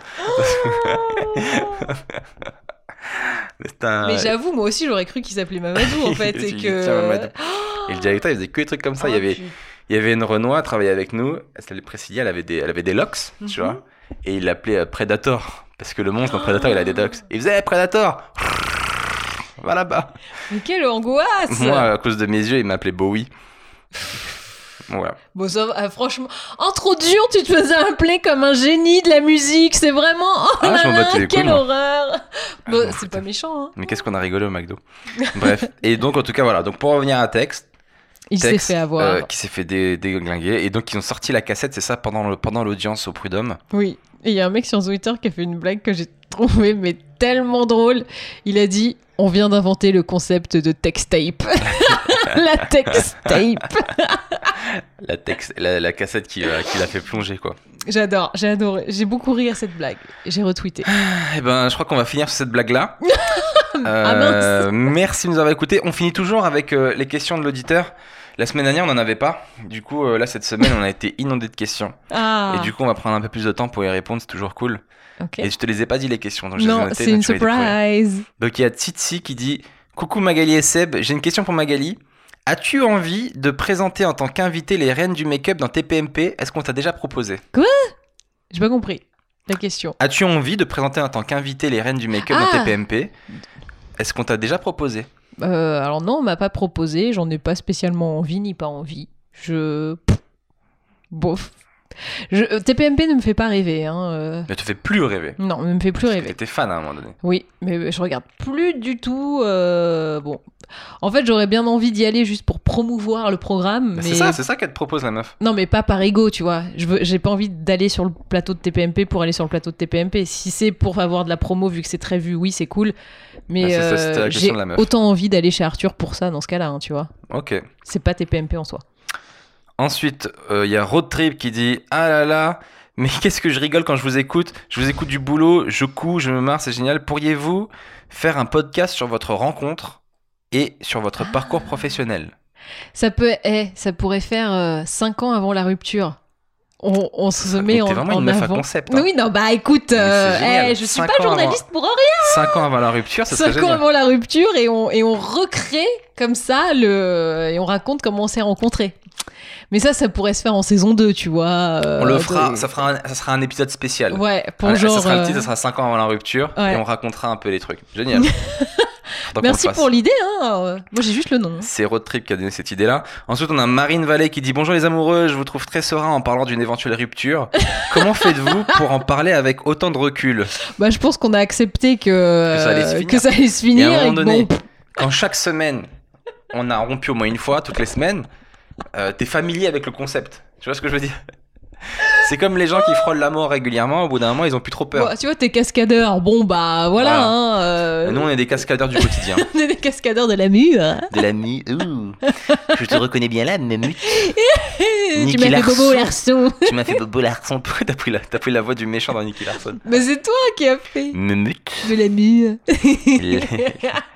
[SPEAKER 1] Mais j'avoue, moi aussi j'aurais cru qu'il s'appelait Mamadou en fait. Et que...
[SPEAKER 2] Et le directeur il faisait que des trucs comme ça. Il y avait une Renoir qui travaillait avec nous. Elle s'appelait Priscilla, elle avait des locks, tu vois. Et il l'appelait Predator. Parce que le monstre dans Predator il a des locks. Il faisait Predator. Va là-bas.
[SPEAKER 1] Mais quelle angoisse.
[SPEAKER 2] Moi, à cause de mes yeux, il m'appelait Bowie. Voilà.
[SPEAKER 1] Bon, ça va, franchement, trop dur, tu te faisais appeler comme un génie de la musique, c'est vraiment... Oh là là, quelle horreur. Bon, c'est pas méchant, hein.
[SPEAKER 2] Mais qu'est-ce qu'on a rigolé au McDo. Bref, et donc en tout cas, voilà. Donc pour revenir à Tex...
[SPEAKER 1] Il s'est fait avoir.
[SPEAKER 2] Qui s'est fait déglinguer. Et donc ils ont sorti la cassette, c'est ça, pendant l'audience au Prud'homme.
[SPEAKER 1] Oui. Et il y a un mec sur Twitter qui a fait une blague que j'ai trouvée mais tellement drôle. Il a dit « On vient d'inventer le concept de textape. » La textape.
[SPEAKER 2] La cassette qui l'a fait plonger, quoi.
[SPEAKER 1] J'adore, j'ai adoré. J'ai beaucoup ri à cette blague. J'ai retweeté.
[SPEAKER 2] Eh ben, je crois qu'on va finir sur cette blague-là.
[SPEAKER 1] Mince.
[SPEAKER 2] Merci de nous avoir écoutés. On finit toujours avec les questions de l'auditeur. La semaine dernière, on n'en avait pas. Du coup, là, cette semaine, on a été inondé de questions. Et du coup, on va prendre un peu plus de temps pour y répondre. C'est toujours cool.
[SPEAKER 1] Okay.
[SPEAKER 2] Et je te les ai pas dit, les questions. Donc
[SPEAKER 1] non, c'est une surprise.
[SPEAKER 2] Donc, il y a Tsitsi qui dit « Coucou Magali et Seb, j'ai une question pour Magali. As-tu envie de présenter en tant qu'invité les reines du make-up dans TPMP ? Est-ce qu'on t'a déjà proposé ? »
[SPEAKER 1] Quoi ? J'ai pas compris la question.
[SPEAKER 2] As-tu envie de présenter en tant qu'invité les reines du make-up dans TPMP ? Est-ce qu'on t'a déjà proposé ?
[SPEAKER 1] Alors non, on m'a pas proposé, j'en ai pas spécialement envie ni pas envie. Bof. TPMP ne me fait pas rêver. Hein.
[SPEAKER 2] Ne te fait plus rêver.
[SPEAKER 1] Non, ne me fait plus rêver.
[SPEAKER 2] T'étais fan à un moment donné.
[SPEAKER 1] Oui, mais je regarde plus du tout. Bon, en fait, j'aurais bien envie d'y aller juste pour promouvoir le programme. Mais...
[SPEAKER 2] C'est ça qu'elle te propose, la meuf.
[SPEAKER 1] Non, mais pas par ego, tu vois. J'ai pas envie d'aller sur le plateau de TPMP pour aller sur le plateau de TPMP. Si c'est pour avoir de la promo, vu que c'est très vu, oui, c'est cool. Mais j'ai autant envie d'aller chez Arthur pour ça, dans ce cas-là, hein, tu vois.
[SPEAKER 2] Ok.
[SPEAKER 1] C'est pas TPMP en soi.
[SPEAKER 2] Ensuite, il y a Road Trip qui dit « Ah là là, mais qu'est-ce que je rigole quand je vous écoute. Je vous écoute du boulot, je couds, je me marre, c'est génial. Pourriez-vous faire un podcast sur votre rencontre et sur votre parcours professionnel ?»
[SPEAKER 1] Ça pourrait faire 5 ans avant la rupture. On se met en avant.
[SPEAKER 2] T'es vraiment une meuf à concept. Hein.
[SPEAKER 1] Oui, non, bah écoute, je suis pas journaliste pour rien.
[SPEAKER 2] 5 ans avant la rupture, ça serait
[SPEAKER 1] 5 ans avant la rupture et on recrée comme ça et on raconte comment on s'est rencontrés. Mais ça pourrait se faire en saison 2, tu vois.
[SPEAKER 2] On le fera, ça sera un épisode spécial.
[SPEAKER 1] Ouais, pour genre...
[SPEAKER 2] Ça sera le titre, ça sera 5 ans avant la rupture, et on racontera un peu les trucs. Génial.
[SPEAKER 1] Merci pour l'idée, hein. Moi j'ai juste le nom.
[SPEAKER 2] C'est Road Trip qui a donné cette idée-là. Ensuite, on a Marine Vallée qui dit « Bonjour les amoureux, je vous trouve très serein en parlant d'une éventuelle rupture. Comment faites-vous pour en parler avec autant de recul ?» Bah,
[SPEAKER 1] je pense qu'on a accepté que ça allait se finir.
[SPEAKER 2] Et à un moment donné, quand chaque semaine, on a rompu au moins une fois, toutes les semaines, t'es familier avec le concept. Tu vois ce que je veux dire ? C'est comme les gens qui frôlent la mort régulièrement, au bout d'un moment, ils ont plus trop peur.
[SPEAKER 1] Bon, tu vois, t'es cascadeur. Bon, bah voilà. Hein,
[SPEAKER 2] Nous, on est des cascadeurs du quotidien.
[SPEAKER 1] On est des cascadeurs de la mue.
[SPEAKER 2] De la mue. Je te reconnais bien là, Memut.
[SPEAKER 1] Tu m'as fait Bobo Larson.
[SPEAKER 2] Tu m'as fait Bobo Larson. Pourquoi t'as pris la voix du méchant dans Nicky Larson ?
[SPEAKER 1] Mais c'est toi qui as fait.
[SPEAKER 2] Memut.
[SPEAKER 1] De la mue.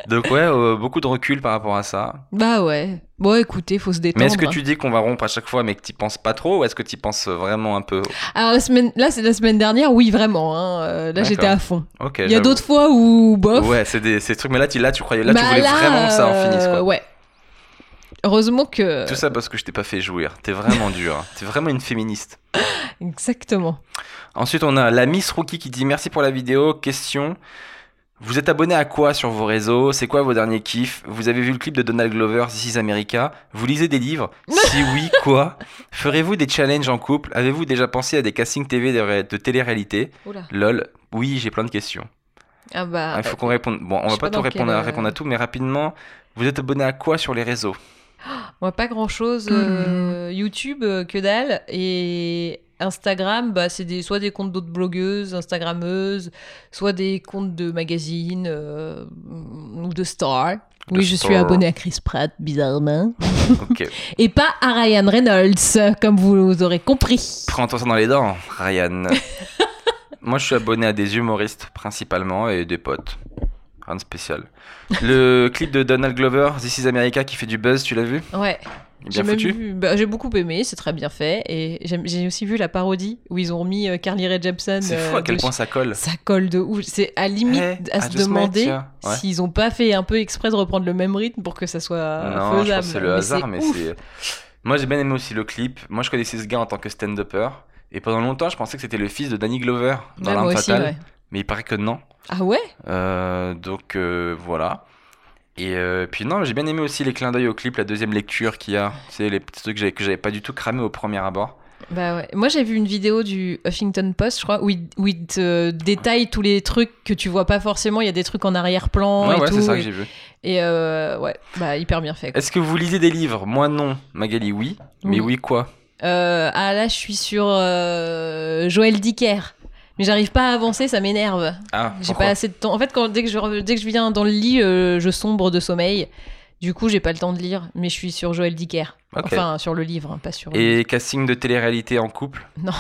[SPEAKER 2] Donc ouais, beaucoup de recul par rapport à ça.
[SPEAKER 1] Bah ouais. Bon, écoutez, faut se détendre.
[SPEAKER 2] Mais est-ce que tu dis qu'on va rompre à chaque fois, mais que t'y penses pas trop, ou est-ce que t'y penses vraiment un peu?
[SPEAKER 1] Alors c'est la semaine dernière, oui, vraiment. Là,
[SPEAKER 2] D'accord.
[SPEAKER 1] j'étais à fond.
[SPEAKER 2] Ok.
[SPEAKER 1] Il y a d'autres fois où bof.
[SPEAKER 2] Ouais, c'est des trucs, mais là tu croyais, tu voulais vraiment que ça en finisse, quoi.
[SPEAKER 1] Ouais. Heureusement que.
[SPEAKER 2] Tout ça parce que je t'ai pas fait jouir. T'es vraiment dur. T'es vraiment une féministe.
[SPEAKER 1] Exactement.
[SPEAKER 2] Ensuite, on a la Miss Rookie qui dit merci pour la vidéo. Question. Vous êtes abonné à quoi sur vos réseaux? C'est quoi vos derniers kiffs? Vous avez vu le clip de Donald Glover, This is America? Vous lisez des livres? Si oui, quoi? Ferez-vous des challenges en couple? Avez-vous déjà pensé à des castings TV de télé-réalité?
[SPEAKER 1] Oula.
[SPEAKER 2] Lol. Oui, j'ai plein de questions.
[SPEAKER 1] Ah bah.
[SPEAKER 2] Il faut qu'on réponde. Bon, on va pas tout répondre à tout, mais rapidement. Vous êtes abonné à quoi sur les réseaux?
[SPEAKER 1] Moi, pas grand-chose. YouTube, que dalle. Et Instagram, bah, c'est soit des comptes d'autres blogueuses, instagrammeuses, soit des comptes de magazines ou de stars. Oui, je suis abonnée à Chris Pratt, bizarrement.
[SPEAKER 2] Ok.
[SPEAKER 1] Et pas à Ryan Reynolds, comme vous aurez compris.
[SPEAKER 2] Prends-toi ça dans les dents, Ryan. Moi, je suis abonné à des humoristes, principalement, et des potes. Rien de spécial. Le clip de Donald Glover, This is America, qui fait du buzz, tu l'as vu?
[SPEAKER 1] Ouais.
[SPEAKER 2] Il est bien foutu.
[SPEAKER 1] J'ai beaucoup aimé, c'est très bien fait. Et j'ai aussi vu la parodie où ils ont remis Carly Rae Jepsen.
[SPEAKER 2] C'est fou à quel point ça colle.
[SPEAKER 1] Ça colle de ouf. C'est à limite à se demander s'ils ont pas fait un peu exprès de reprendre le même rythme pour que ça soit
[SPEAKER 2] faisable. Non, je pense que c'est le hasard,
[SPEAKER 1] mais
[SPEAKER 2] c'est... Moi, j'ai bien aimé aussi le clip. Moi, je connaissais ce gars en tant que stand-upper. Et pendant longtemps, je pensais que c'était le fils de Danny Glover dans L'Arme Fatale. Ouais. Mais il paraît que non.
[SPEAKER 1] Ah ouais?
[SPEAKER 2] Donc, voilà. Et puis non, j'ai bien aimé aussi les clins d'œil au clip, la deuxième lecture qu'il y a. C'est les petits trucs que j'avais pas du tout cramé au premier abord.
[SPEAKER 1] Bah ouais. Moi, j'ai vu une vidéo du Huffington Post, je crois, où il te détaille tous les trucs que tu vois pas forcément. Il y a des trucs en arrière-plan et tout.
[SPEAKER 2] C'est ça que j'ai vu.
[SPEAKER 1] Et ouais, bah hyper bien fait, quoi.
[SPEAKER 2] Est-ce que vous lisez des livres? Moi non. Magali, oui. Mais oui quoi?
[SPEAKER 1] Là, je suis sur Joël Dicker. Mais j'arrive pas à avancer, ça m'énerve.
[SPEAKER 2] Ah,
[SPEAKER 1] j'ai pas assez de temps. En fait, dès que je viens dans le lit, je sombre de sommeil. Du coup, j'ai pas le temps de lire. Mais je suis sur Joël Dicker. Okay. Enfin, sur le livre, hein, pas sur le livre.
[SPEAKER 2] Casting de télé-réalité en couple?
[SPEAKER 1] Non,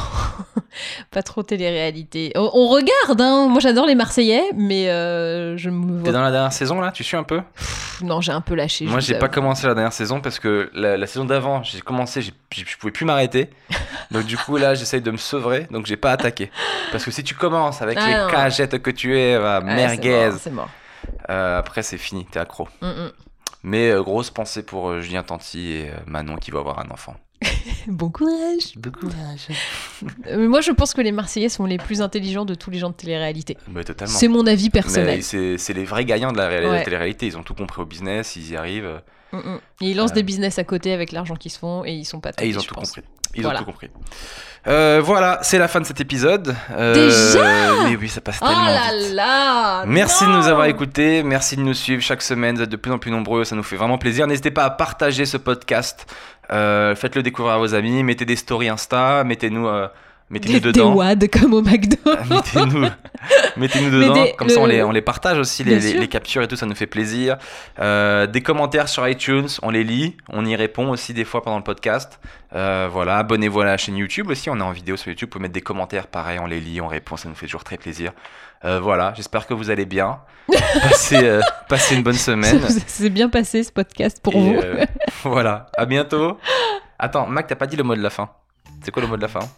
[SPEAKER 1] pas trop télé-réalité. On regarde, hein. Moi, j'adore les Marseillais, mais je me vois...
[SPEAKER 2] T'es dans la dernière saison, là? Tu suis un peu?
[SPEAKER 1] Non, j'ai un peu lâché.
[SPEAKER 2] Moi, j'ai pas commencé la dernière saison parce que la saison d'avant, j'ai commencé, je pouvais plus m'arrêter. Donc, du coup, là, j'essaye de me sevrer. Donc, j'ai pas attaqué. Parce que si tu commences avec les cagettes que tu es, merguez.
[SPEAKER 1] C'est mort.
[SPEAKER 2] Après, c'est fini. T'es accro. Mais grosse pensée pour Julien Tanti et Manon qui va avoir un enfant.
[SPEAKER 1] Bon courage.
[SPEAKER 2] Bon courage.
[SPEAKER 1] Mais moi, je pense que les Marseillais sont les plus intelligents de tous les gens de télé-réalité.
[SPEAKER 2] Mais totalement.
[SPEAKER 1] C'est mon avis personnel.
[SPEAKER 2] Mais c'est les vrais gagnants de la télé-réalité. Ils ont tout compris au business, ils y arrivent.
[SPEAKER 1] Et ils lancent des business à côté avec l'argent qu'ils se font et ils sont pas têtés,
[SPEAKER 2] ils ont tout compris. Ils ont tout compris. Voilà, c'est la fin de cet épisode.
[SPEAKER 1] Déjà?
[SPEAKER 2] Mais oui, ça passe tellement vite.
[SPEAKER 1] Là,
[SPEAKER 2] merci de nous avoir écoutés, merci de nous suivre chaque semaine, vous êtes de plus en plus nombreux, ça nous fait vraiment plaisir. N'hésitez pas à partager ce podcast, faites-le découvrir à vos amis, mettez des stories Insta, mettez-nous dedans.
[SPEAKER 1] Des wads comme au McDo.
[SPEAKER 2] mettez-nous dedans, comme ça on les partage aussi, les captures et tout, ça nous fait plaisir. Des commentaires sur iTunes, on les lit, on y répond aussi des fois pendant le podcast. Voilà, abonnez-vous à la chaîne YouTube aussi, on est en vidéo sur YouTube, vous pouvez mettre des commentaires, pareil, on les lit, on répond, ça nous fait toujours très plaisir. Voilà, j'espère que vous allez bien. Passez une bonne semaine.
[SPEAKER 1] C'est bien passé ce podcast pour vous.
[SPEAKER 2] Voilà, à bientôt. Attends, Mac, t'as pas dit le mot de la fin. C'est quoi le mot de la fin?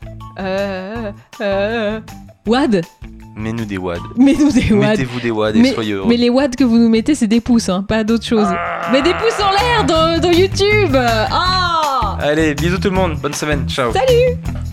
[SPEAKER 1] Wad.
[SPEAKER 2] Mets-nous des wads.
[SPEAKER 1] Mettez-vous
[SPEAKER 2] des wads et soyez heureux.
[SPEAKER 1] Mais les wads que vous nous mettez, c'est des pouces, hein, pas d'autre chose. Mais des pouces en l'air dans YouTube.
[SPEAKER 2] Allez, bisous tout le monde. Bonne semaine. Ciao.
[SPEAKER 1] Salut.